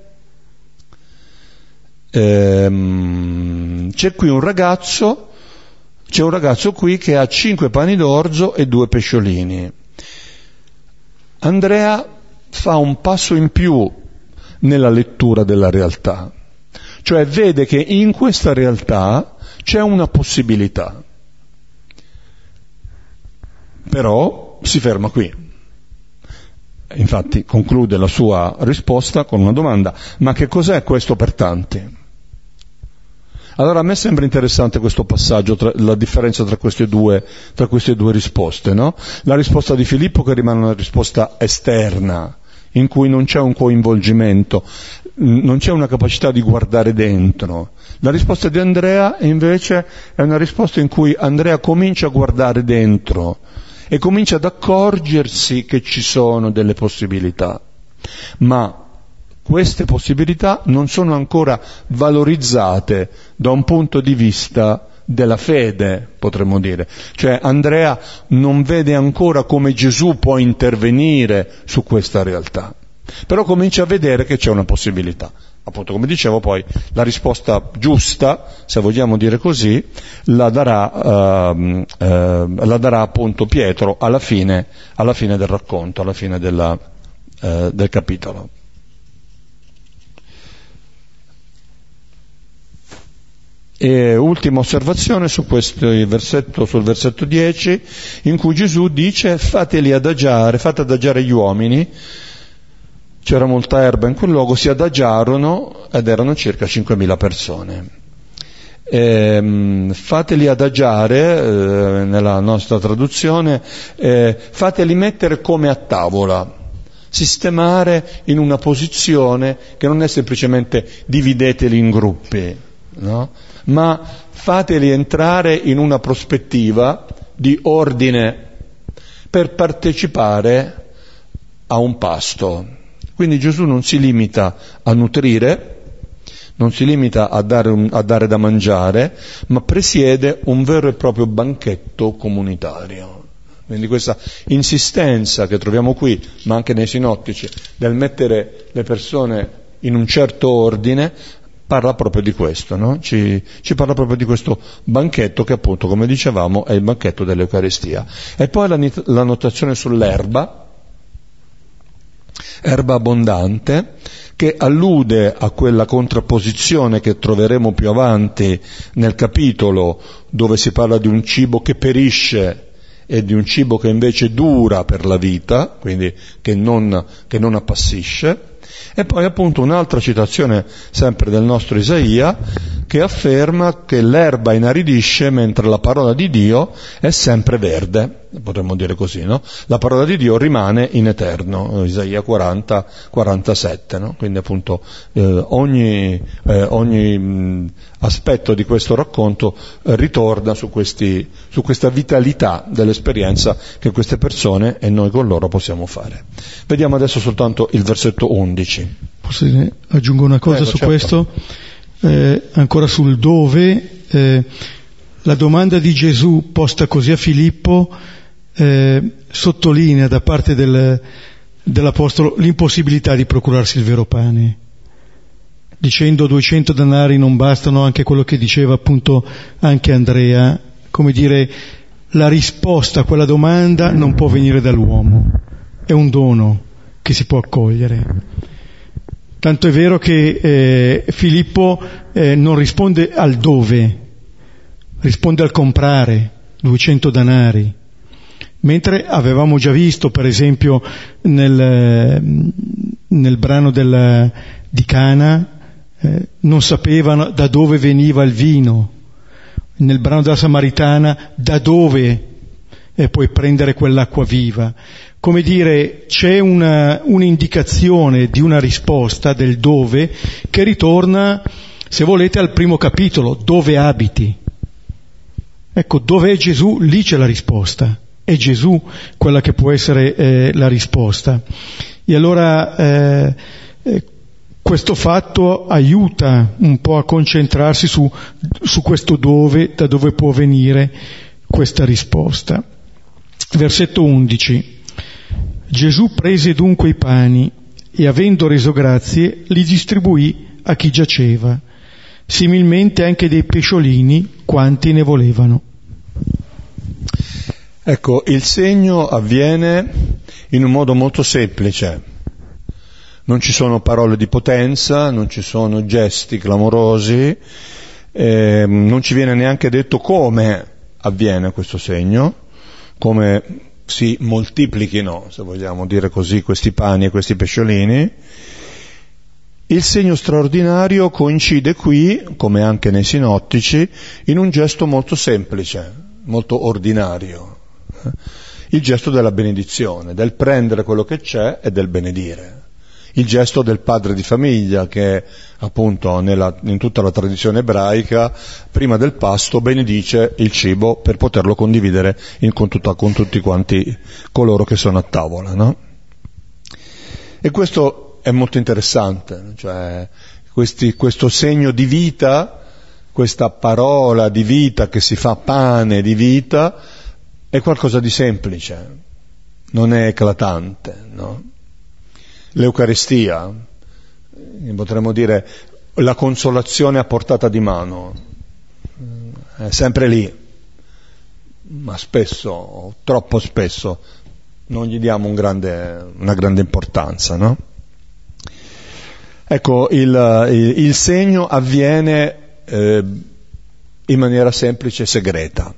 ehm, c'è qui un ragazzo C'è un ragazzo qui che ha cinque pani d'orzo e due pesciolini. Andrea fa un passo in più nella lettura della realtà, cioè vede che in questa realtà c'è una possibilità. Però si ferma qui. Infatti conclude la sua risposta con una domanda: ma che cos'è questo per tanti? Allora a me sembra interessante questo passaggio, tra, la differenza tra queste due, tra queste due risposte, no? La risposta di Filippo che rimane una risposta esterna, in cui non c'è un coinvolgimento, non c'è una capacità di guardare dentro. La risposta di Andrea invece è una risposta in cui Andrea comincia a guardare dentro e comincia ad accorgersi che ci sono delle possibilità, ma queste possibilità non sono ancora valorizzate da un punto di vista della fede, potremmo dire. Cioè Andrea non vede ancora come Gesù può intervenire su questa realtà, però comincia a vedere che c'è una possibilità. Appunto, come dicevo, poi la risposta giusta, se vogliamo dire così, la darà, uh, uh, la darà appunto Pietro alla fine, alla fine del racconto, alla fine della, uh, del capitolo. E ultima osservazione su questo versetto, sul versetto dieci, in cui Gesù dice: fateli adagiare, fate adagiare gli uomini. C'era molta erba in quel luogo, si adagiarono ed erano circa cinquemila persone. E, fateli adagiare, eh, nella nostra traduzione, eh, fateli mettere come a tavola, sistemare in una posizione che non è semplicemente divideteli in gruppi, no? Ma fateli entrare in una prospettiva di ordine per partecipare a un pasto. Quindi Gesù non si limita a nutrire, non si limita a dare, un, a dare da mangiare, ma presiede un vero e proprio banchetto comunitario. Quindi questa insistenza che troviamo qui, ma anche nei sinottici, del mettere le persone in un certo ordine, parla proprio di questo, no? Ci, ci parla proprio di questo banchetto che appunto, come dicevamo, è il banchetto dell'Eucaristia. E poi la, la notazione sull'erba, erba abbondante, che allude a quella contrapposizione che troveremo più avanti nel capitolo, dove si parla di un cibo che perisce e di un cibo che invece dura per la vita, quindi che non, che non appassisce. E poi appunto un'altra citazione sempre del nostro Isaia che afferma che l'erba inaridisce mentre la parola di Dio è sempre verde, potremmo dire così, no? La parola di Dio rimane in eterno, Isaia quaranta quarantasette, no? Quindi appunto eh, ogni, eh, ogni mh, aspetto di questo racconto eh, ritorna su, questi, su questa vitalità dell'esperienza che queste persone e noi con loro possiamo fare. Vediamo adesso soltanto il versetto undici. Forse aggiungo una cosa Prego, su certo. questo, eh, ancora sul dove, eh, la domanda di Gesù posta così a Filippo eh, sottolinea da parte del, dell'Apostolo l'impossibilità di procurarsi il vero pane, dicendo duecento denari non bastano, anche quello che diceva appunto anche Andrea, come dire, la risposta a quella domanda non può venire dall'uomo, è un dono che si può accogliere. Tanto è vero che eh, Filippo eh, non risponde al dove, risponde al comprare duecento denari, mentre avevamo già visto per esempio nel, nel brano del, di Cana eh, non sapevano da dove veniva il vino, nel brano della Samaritana da dove eh, puoi prendere quell'acqua viva. Come dire, c'è una, un'indicazione di una risposta del dove che ritorna, se volete, al primo capitolo, dove abiti. Ecco, dove è Gesù, lì c'è la risposta. È Gesù quella che può essere eh, la risposta. E allora eh, eh, questo fatto aiuta un po' a concentrarsi su, su questo dove, da dove può venire questa risposta. Versetto undici. Gesù prese dunque i pani e, avendo reso grazie, li distribuì a chi giaceva, similmente anche dei pesciolini quanti ne volevano. Ecco, il segno avviene in un modo molto semplice. Non ci sono parole di potenza, non ci sono gesti clamorosi, eh, non ci viene neanche detto come avviene questo segno, come si moltiplichino, se vogliamo dire così, questi pani e questi pesciolini. Il segno straordinario coincide qui, come anche nei sinottici, in un gesto molto semplice, molto ordinario, il gesto della benedizione, del prendere quello che c'è e del benedire. Il gesto del padre di famiglia che appunto nella, in tutta la tradizione ebraica prima del pasto benedice il cibo per poterlo condividere in, con, tutta, con tutti quanti coloro che sono a tavola, no? E questo è molto interessante, cioè questi, questo segno di vita, questa parola di vita che si fa pane di vita è qualcosa di semplice, non è eclatante, no? L'Eucaristia, potremmo dire la consolazione a portata di mano, è sempre lì, ma spesso, troppo spesso, non gli diamo un grande, una grande importanza, no? Ecco, il, il, il segno avviene eh, in maniera semplice e segreta.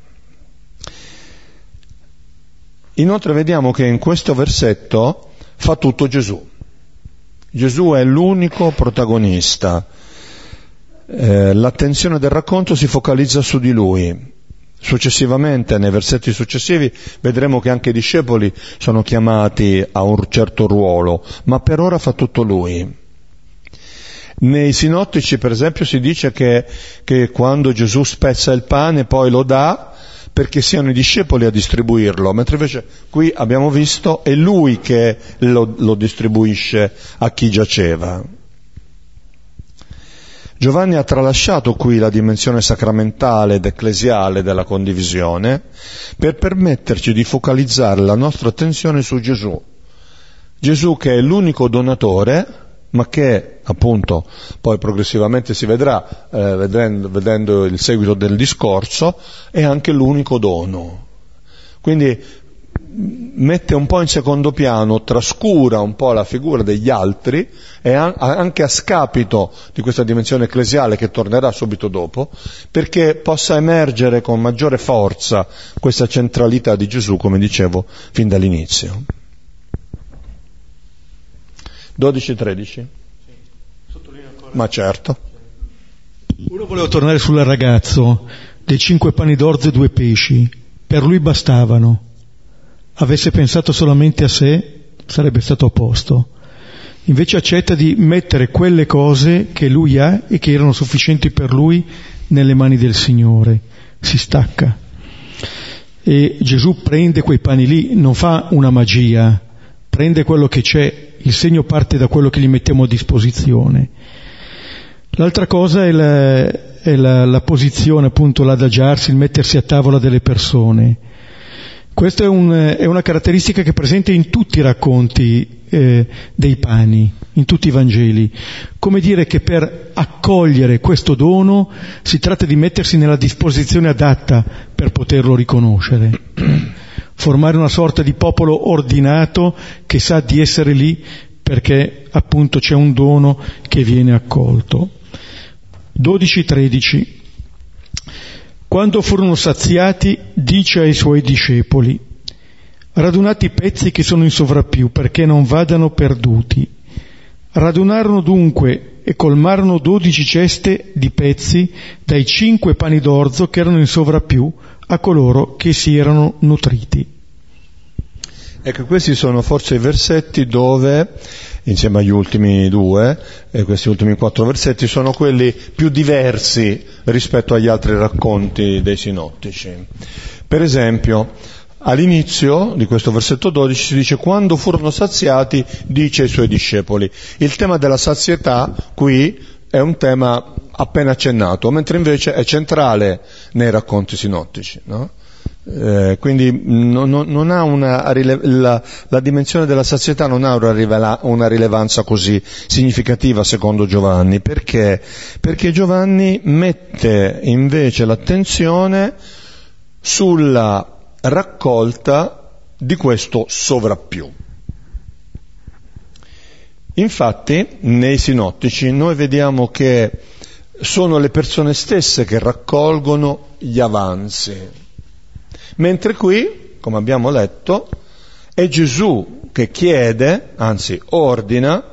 Inoltre vediamo che in questo versetto fa tutto Gesù. Gesù è l'unico protagonista, eh, l'attenzione del racconto si focalizza su di lui. Successivamente, nei versetti successivi, vedremo che anche i discepoli sono chiamati a un certo ruolo, ma per ora fa tutto lui. Nei sinottici, per esempio, si dice che, che quando Gesù spezza il pane poi lo dà, perché siano i discepoli a distribuirlo, mentre invece qui abbiamo visto è lui che lo, lo distribuisce a chi giaceva. Giovanni ha tralasciato qui la dimensione sacramentale ed ecclesiale della condivisione per permetterci di focalizzare la nostra attenzione su Gesù. Gesù che è l'unico donatore, ma che appunto poi progressivamente si vedrà eh, vedendo, vedendo il seguito del discorso, è anche l'unico dono. Quindi mette un po' in secondo piano, trascura un po' la figura degli altri e anche a scapito di questa dimensione ecclesiale che tornerà subito dopo, perché possa emergere con maggiore forza questa centralità di Gesù, come dicevo fin dall'inizio. dodici tredici. Ma certo. Uno voleva tornare sul ragazzo dei cinque pani d'orzo e due pesci. Per lui bastavano. Avesse pensato solamente a sé, sarebbe stato a posto. Invece accetta di mettere quelle cose che lui ha e che erano sufficienti per lui nelle mani del Signore. Si stacca. E Gesù prende quei pani lì, non fa una magia, prende quello che c'è, il segno parte da quello che gli mettiamo a disposizione. L'altra cosa è la, è la, la posizione, appunto, l'adagiarsi, il mettersi a tavola delle persone. Questa è, un, è una caratteristica che è presente in tutti i racconti eh, dei pani, in tutti i Vangeli. Come dire che per accogliere questo dono si tratta di mettersi nella disposizione adatta per poterlo riconoscere. Formare una sorta di popolo ordinato che sa di essere lì perché appunto c'è un dono che viene accolto. dodici tredici. Quando furono saziati, dice ai suoi discepoli: radunate i pezzi che sono in sovrappiù, perché non vadano perduti. Radunarono dunque e colmarono dodici ceste di pezzi dai cinque pani d'orzo che erano in sovrappiù a coloro che si erano nutriti. Ecco, questi sono forse i versetti dove, insieme agli ultimi due, e questi ultimi quattro versetti sono quelli più diversi rispetto agli altri racconti dei sinottici. Per esempio, all'inizio di questo versetto dodici si dice: quando furono saziati, dice ai suoi discepoli. Il tema della sazietà qui è un tema appena accennato, mentre invece è centrale nei racconti sinottici, no? Eh, quindi non, non ha una la, la dimensione della sazietà non ha una, rivela, una rilevanza così significativa secondo Giovanni. Perché? Perché Giovanni mette invece l'attenzione sulla raccolta di questo sovrappiù. Infatti nei sinottici noi vediamo che sono le persone stesse che raccolgono gli avanzi, mentre qui, come abbiamo letto, è Gesù che chiede, anzi ordina,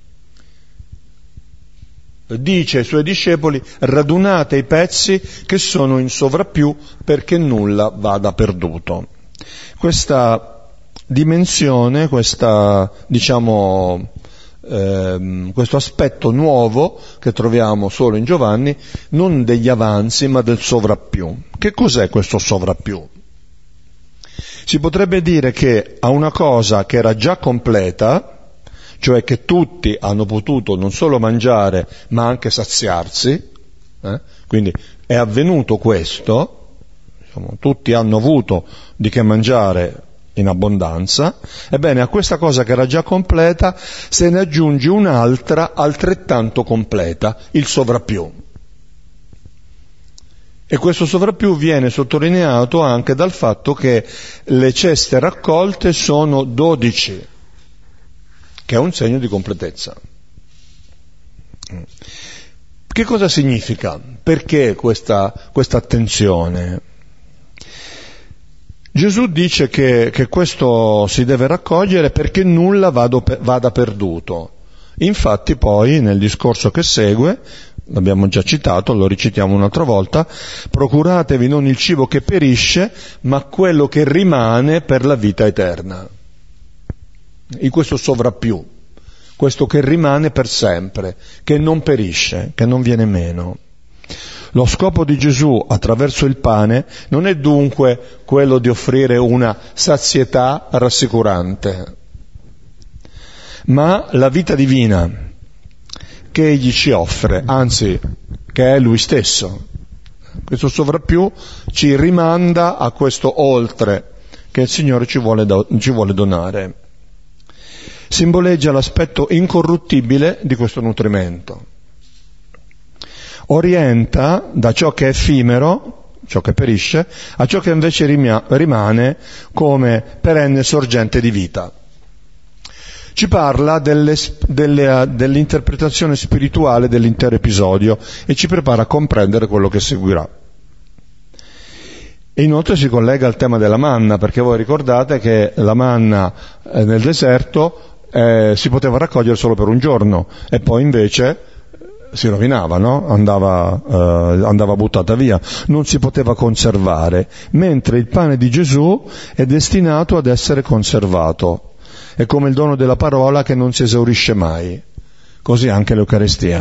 dice ai suoi discepoli: radunate i pezzi che sono in sovrappiù perché nulla vada perduto. Questa dimensione, questa, diciamo, ehm, questo aspetto nuovo che troviamo solo in Giovanni, non degli avanzi ma del sovrappiù. Che cos'è questo sovrappiù? Si potrebbe dire che a una cosa che era già completa, cioè che tutti hanno potuto non solo mangiare ma anche saziarsi, eh? Quindi è avvenuto questo, diciamo, tutti hanno avuto di che mangiare in abbondanza, ebbene a questa cosa che era già completa se ne aggiunge un'altra altrettanto completa, il sovrappiù. E questo sovrappiù viene sottolineato anche dal fatto che le ceste raccolte sono dodici, che è un segno di completezza. Che cosa significa? Perché questa, questa attenzione? Gesù dice che, che questo si deve raccogliere perché nulla vado, vada perduto. Infatti poi nel discorso che segue, l'abbiamo già citato, lo ricitiamo un'altra volta: procuratevi non il cibo che perisce, ma quello che rimane per la vita eterna. In questo sovrappiù, questo che rimane per sempre, che non perisce, che non viene meno. Lo scopo di Gesù attraverso il pane non è dunque quello di offrire una sazietà rassicurante, ma la vita divina che egli ci offre, anzi che è lui stesso. Questo sovrappiù ci rimanda a questo oltre che il Signore ci vuole, do- ci vuole donare. Simboleggia l'aspetto incorruttibile di questo nutrimento. Orienta da ciò che è effimero, ciò che perisce, a ciò che invece rimia- rimane come perenne sorgente di vita. Ci parla delle, delle, dell'interpretazione spirituale dell'intero episodio e ci prepara a comprendere quello che seguirà. E inoltre si collega al tema della manna, perché voi ricordate che la manna nel deserto eh, si poteva raccogliere solo per un giorno e poi invece si rovinava, no? Andava, eh, andava buttata via, non si poteva conservare, mentre il pane di Gesù è destinato ad essere conservato. È come il dono della parola che non si esaurisce mai, così anche l'Eucaristia.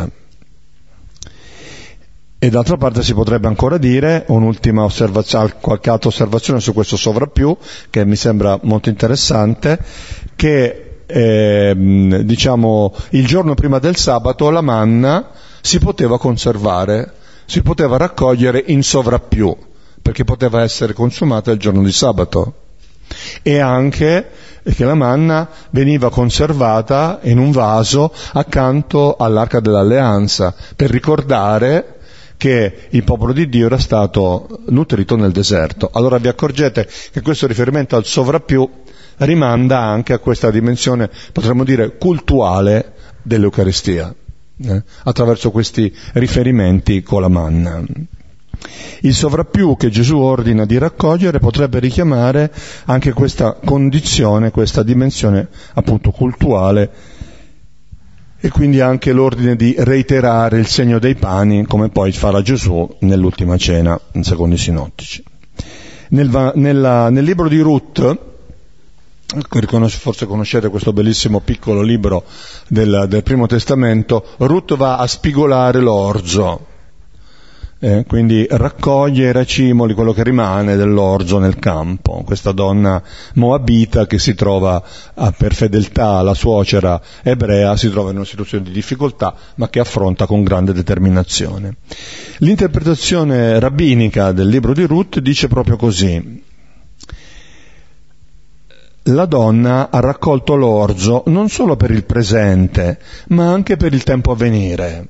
E d'altra parte si potrebbe ancora dire un'ultima osservazione, qualche altra osservazione su questo sovrappiù, che mi sembra molto interessante, che Eh, diciamo il giorno prima del sabato la manna si poteva conservare, si poteva raccogliere in sovrappiù, perché poteva essere consumata il giorno di sabato, e anche che la manna veniva conservata in un vaso accanto all'Arca dell'Alleanza, per ricordare che il popolo di Dio era stato nutrito nel deserto. Allora vi accorgete che questo riferimento al sovrappiù rimanda anche a questa dimensione, potremmo dire, cultuale dell'Eucaristia, eh, attraverso questi riferimenti con la manna. Il sovrappiù che Gesù ordina di raccogliere potrebbe richiamare anche questa condizione, questa dimensione appunto cultuale, e quindi anche l'ordine di reiterare il segno dei pani, come poi farà Gesù nell'ultima cena, secondo i sinottici. Nel, nella, nel libro di Ruth, forse conoscete questo bellissimo piccolo libro del, del Primo Testamento, Ruth va a spigolare l'orzo, eh, quindi raccoglie i racimoli, quello che rimane dell'orzo nel campo. Questa donna moabita che si trova a, per fedeltà alla suocera ebrea, si trova in una situazione di difficoltà, ma che affronta con grande determinazione. L'interpretazione rabbinica del libro di Ruth dice proprio così: la donna ha raccolto l'orzo non solo per il presente, ma anche per il tempo a venire.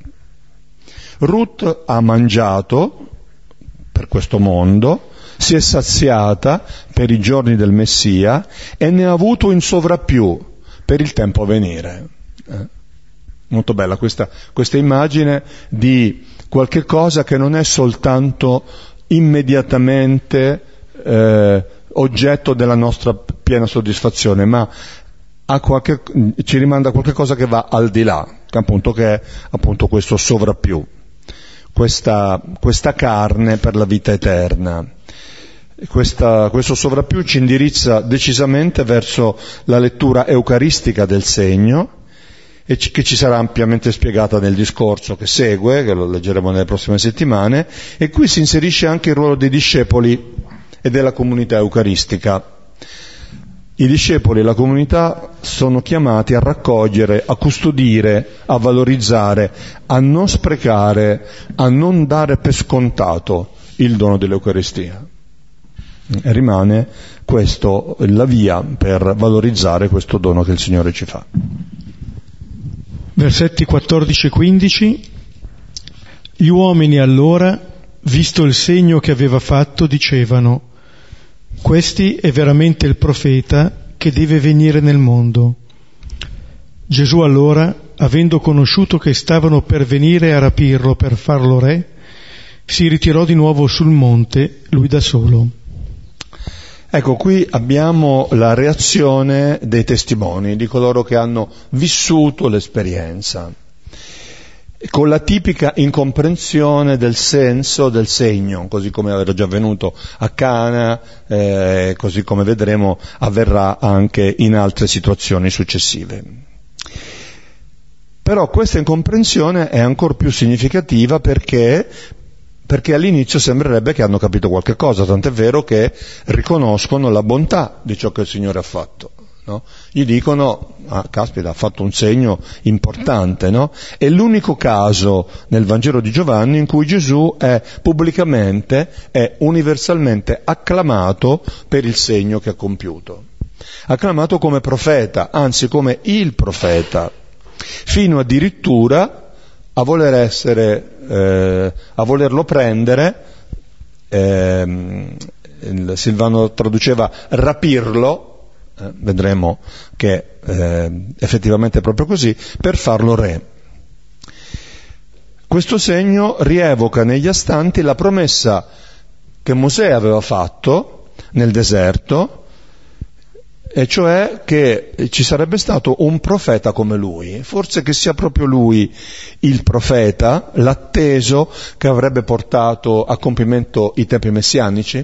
Ruth ha mangiato per questo mondo, si è saziata per i giorni del Messia e ne ha avuto in sovrappiù per il tempo a venire. Eh? Molto bella questa, questa immagine di qualche cosa che non è soltanto immediatamente eh, oggetto della nostra piena soddisfazione, ma a qualche, ci rimanda a qualche cosa che va al di là, appunto, che è appunto questo sovrappiù, questa, questa carne per la vita eterna. Questa, questo sovrappiù ci indirizza decisamente verso la lettura eucaristica del segno, e ci, che ci sarà ampiamente spiegata nel discorso che segue, che lo leggeremo nelle prossime settimane, e qui si inserisce anche il ruolo dei discepoli e della comunità eucaristica. I discepoli e la comunità sono chiamati a raccogliere, a custodire, a valorizzare, a non sprecare, a non dare per scontato il dono dell'Eucaristia. E rimane questo la via per valorizzare questo dono che il Signore ci fa. Versetti quattordici e quindici. Gli uomini allora, visto il segno che aveva fatto, dicevano: questi è veramente il profeta che deve venire nel mondo. Gesù allora, avendo conosciuto che stavano per venire a rapirlo per farlo re, si ritirò di nuovo sul monte, lui da solo. Ecco, qui abbiamo la reazione dei testimoni, di coloro che hanno vissuto l'esperienza, con la tipica incomprensione del senso del segno, così come era già avvenuto a Cana, eh, così come vedremo avverrà anche in altre situazioni successive. Però questa incomprensione è ancora più significativa perché perché all'inizio sembrerebbe che hanno capito qualche cosa, tant'è vero che riconoscono la bontà di ciò che il Signore ha fatto. No? Gli dicono: ah, caspita, ha fatto un segno importante, no? È l'unico caso nel Vangelo di Giovanni in cui Gesù è pubblicamente, è universalmente acclamato per il segno che ha compiuto. Acclamato come profeta, anzi come il profeta, fino addirittura a voler essere, eh, a volerlo prendere, eh, il Silvano traduceva rapirlo, Eh, vedremo che eh, effettivamente è proprio così, per farlo re. Questo segno rievoca negli astanti la promessa che Mosè aveva fatto nel deserto, e cioè che ci sarebbe stato un profeta come lui, forse che sia proprio lui il profeta, l'atteso che avrebbe portato a compimento i tempi messianici.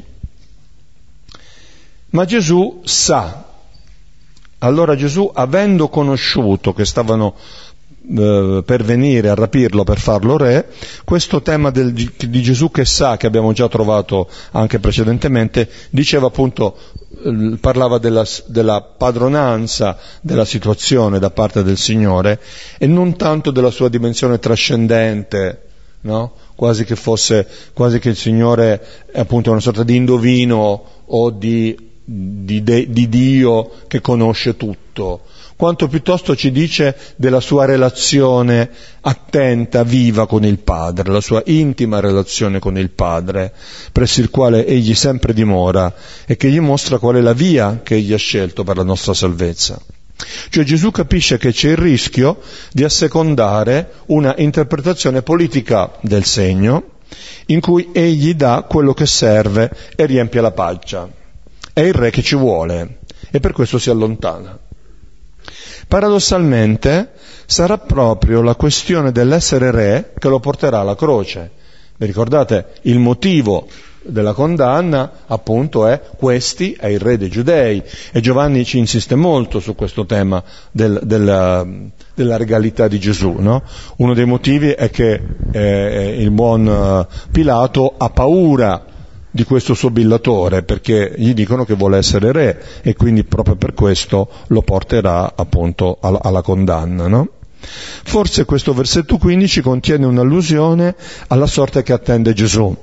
Ma Gesù sa. Allora Gesù, avendo conosciuto che stavano eh, per venire a rapirlo per farlo re, questo tema del, di Gesù che sa, che abbiamo già trovato anche precedentemente, diceva appunto, eh, parlava della, della padronanza della situazione da parte del Signore e non tanto della sua dimensione trascendente, no? Quasi che fosse, quasi che il Signore è appunto una sorta di indovino o di Di, de, di Dio che conosce tutto, quanto piuttosto ci dice della sua relazione attenta, viva con il Padre, la sua intima relazione con il Padre, presso il quale egli sempre dimora e che gli mostra qual è la via che egli ha scelto per la nostra salvezza. Cioè Gesù capisce che c'è il rischio di assecondare una interpretazione politica del segno in cui egli dà quello che serve e riempie la pagina. È il re che ci vuole e per questo si allontana. Paradossalmente sarà proprio la questione dell'essere re che lo porterà alla croce. Vi ricordate? Il motivo della condanna appunto è: questi è il re dei Giudei, e Giovanni ci insiste molto su questo tema del, della, della regalità di Gesù, no? Uno dei motivi è che eh, il buon Pilato ha paura di questo suo billatore, perché gli dicono che vuole essere re e quindi proprio per questo lo porterà appunto alla, alla condanna, no? Forse questo versetto quindici contiene un'allusione alla sorte che attende Gesù.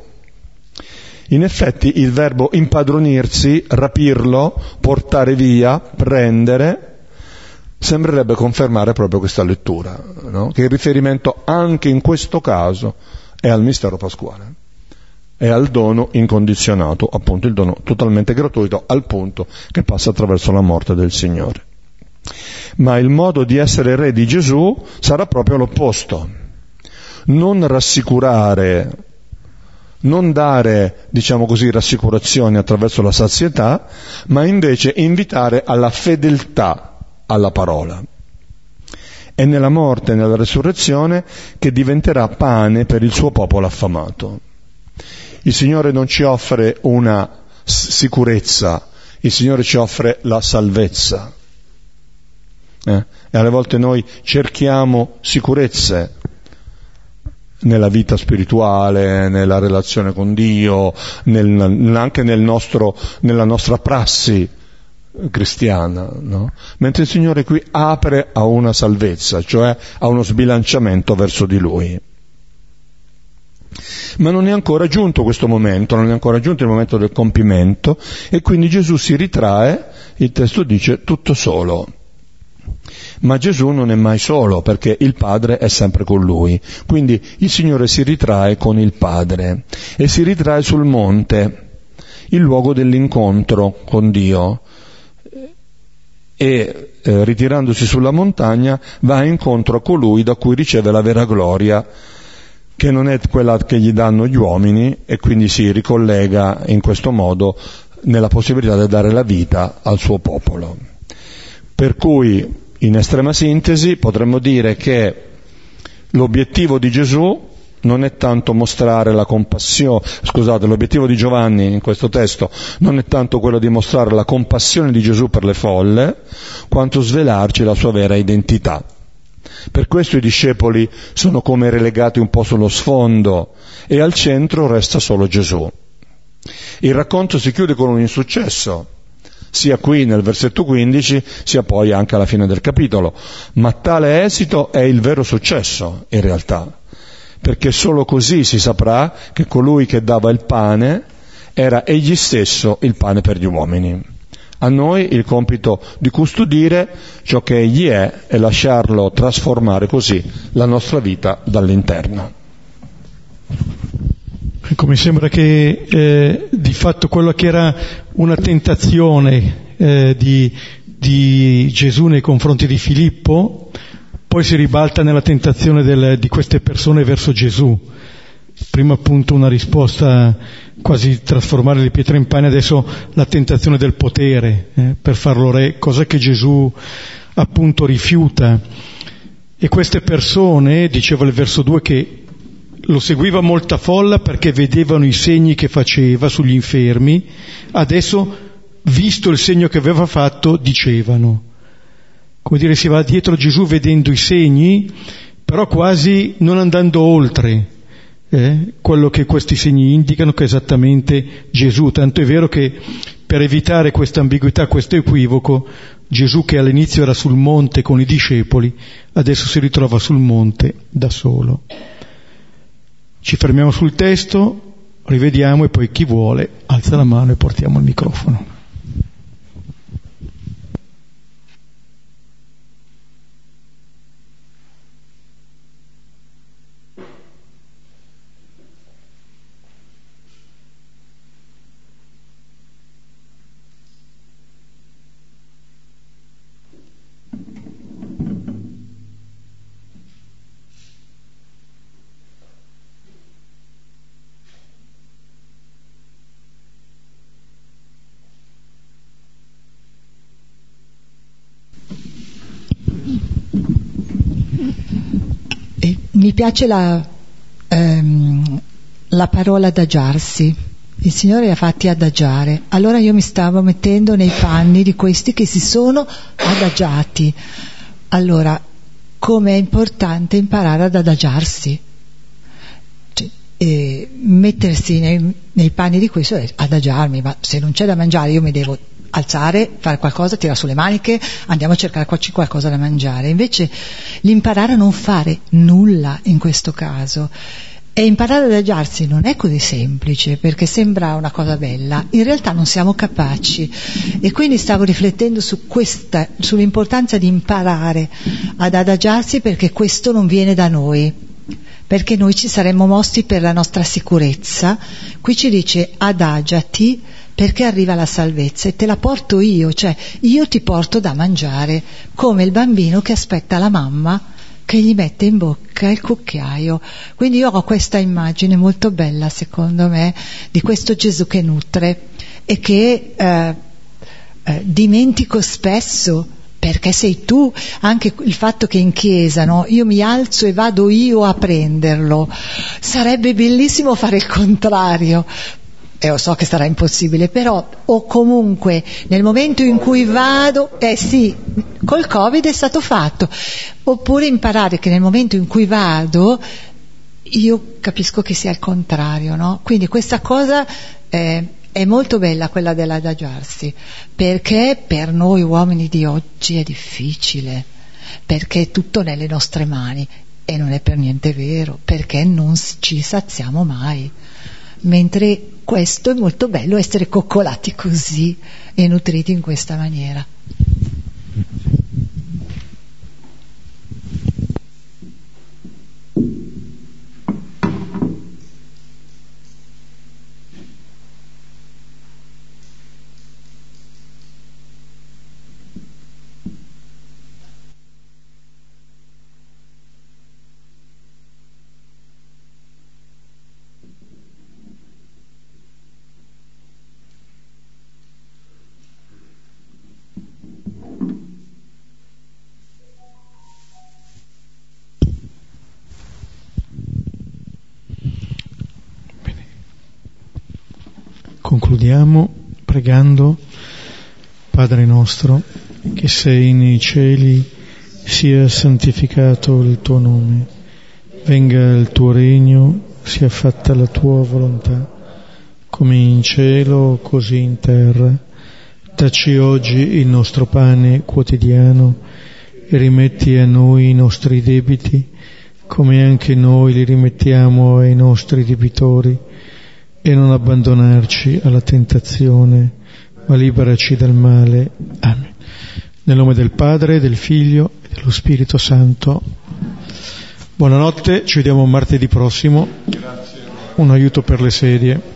In effetti il verbo impadronirsi, rapirlo, portare via, prendere, sembrerebbe confermare proprio questa lettura, no? Che il riferimento anche in questo caso è al mistero pasquale. È al dono incondizionato, appunto il dono totalmente gratuito, al punto che passa attraverso la morte del Signore. Ma il modo di essere re di Gesù sarà proprio l'opposto. Non rassicurare, non dare, diciamo così, rassicurazioni attraverso la sazietà, ma invece invitare alla fedeltà alla parola. È nella morte e nella resurrezione che diventerà pane per il suo popolo affamato. Il Signore non ci offre una sicurezza, il Signore ci offre la salvezza. Eh? E alle volte noi cerchiamo sicurezze nella vita spirituale, nella relazione con Dio, nel, anche nel nostro, nella nostra prassi cristiana, no? Mentre il Signore qui apre a una salvezza, cioè a uno sbilanciamento verso di Lui. Ma non è ancora giunto questo momento, non è ancora giunto il momento del compimento, e quindi Gesù si ritrae, il testo dice, tutto solo. Ma Gesù non è mai solo, perché il Padre è sempre con Lui. Quindi il Signore si ritrae con il Padre e si ritrae sul monte, il luogo dell'incontro con Dio, e eh, ritirandosi sulla montagna va incontro a colui da cui riceve la vera gloria, che non è quella che gli danno gli uomini, e quindi si ricollega in questo modo nella possibilità di dare la vita al suo popolo. Per cui, in estrema sintesi, potremmo dire che l'obiettivo di Gesù non è tanto mostrare la compassione, scusate, l'obiettivo di Giovanni in questo testo non è tanto quello di mostrare la compassione di Gesù per le folle, quanto svelarci la sua vera identità. Per questo i discepoli sono come relegati un po' sullo sfondo e al centro resta solo Gesù. Il racconto si chiude con un insuccesso, sia qui nel versetto quindici, sia poi anche alla fine del capitolo, ma tale esito è il vero successo in realtà, perché solo così si saprà che colui che dava il pane era egli stesso il pane per gli uomini. A noi il compito di custodire ciò che egli è e lasciarlo trasformare così la nostra vita dall'interno. Ecco, mi sembra che eh, di fatto quello che era una tentazione eh, di, di Gesù nei confronti di Filippo poi si ribalta nella tentazione del, di queste persone verso Gesù. Prima appunto una risposta quasi trasformare le pietre in pane, adesso la tentazione del potere eh, per farlo re, cosa che Gesù appunto rifiuta. E queste persone, diceva il verso due, che lo seguiva molta folla perché vedevano i segni che faceva sugli infermi, adesso, visto il segno che aveva fatto, dicevano. Come dire, si va dietro Gesù vedendo i segni, però quasi non andando oltre eh, quello che questi segni indicano, che è esattamente Gesù. Tanto è vero che per evitare questa ambiguità, questo equivoco, Gesù, che all'inizio era sul monte con i discepoli, adesso si ritrova sul monte da solo. Ci fermiamo sul testo, rivediamo e poi chi vuole alza la mano e portiamo il microfono. Mi piace la, ehm, la parola adagiarsi. Il Signore li ha fatti adagiare. Allora io mi stavo mettendo nei panni di questi che si sono adagiati. Allora, come è importante imparare ad adagiarsi. Cioè, eh, mettersi nei, nei panni di questo è adagiarmi, ma se non c'è da mangiare io mi devo alzare, fare qualcosa, tirare sulle maniche, andiamo a cercare qualcosa da mangiare. Invece l'imparare a non fare nulla in questo caso, e imparare ad adagiarsi non è così semplice, perché sembra una cosa bella, in realtà non siamo capaci. E quindi stavo riflettendo su questa, sull'importanza di imparare ad adagiarsi, perché questo non viene da noi, perché noi ci saremmo mossi per la nostra sicurezza. Qui ci dice adagiati perché arriva la salvezza e te la porto io, cioè io ti porto da mangiare, come il bambino che aspetta la mamma che gli mette in bocca il cucchiaio. Quindi io ho questa immagine molto bella, secondo me, di questo Gesù che nutre e che eh, eh, dimentico spesso, perché sei tu. Anche il fatto che in chiesa, no, io mi alzo e vado io a prenderlo, sarebbe bellissimo fare il contrario, e lo so che sarà impossibile, però, o comunque nel momento in cui vado, eh sì, col Covid è stato fatto, oppure imparare che nel momento in cui vado io capisco che sia il contrario, no? Quindi questa cosa eh, è molto bella, quella dell'adagiarsi, perché per noi uomini di oggi è difficile, perché è tutto nelle nostre mani, e non è per niente vero, perché non ci saziamo mai. Mentre questo è molto bello, essere coccolati così e nutriti in questa maniera. Concludiamo pregando: Padre nostro che sei nei cieli, sia santificato il tuo nome, venga il tuo regno, sia fatta la tua volontà, come in cielo così in terra. Dacci oggi il nostro pane quotidiano e rimetti a noi i nostri debiti, come anche noi li rimettiamo ai nostri debitori, e non abbandonarci alla tentazione, ma liberaci dal male. Amen. Nel nome del Padre, del Figlio e dello Spirito Santo. Buonanotte, ci vediamo martedì prossimo. Grazie. Un aiuto per le sedie.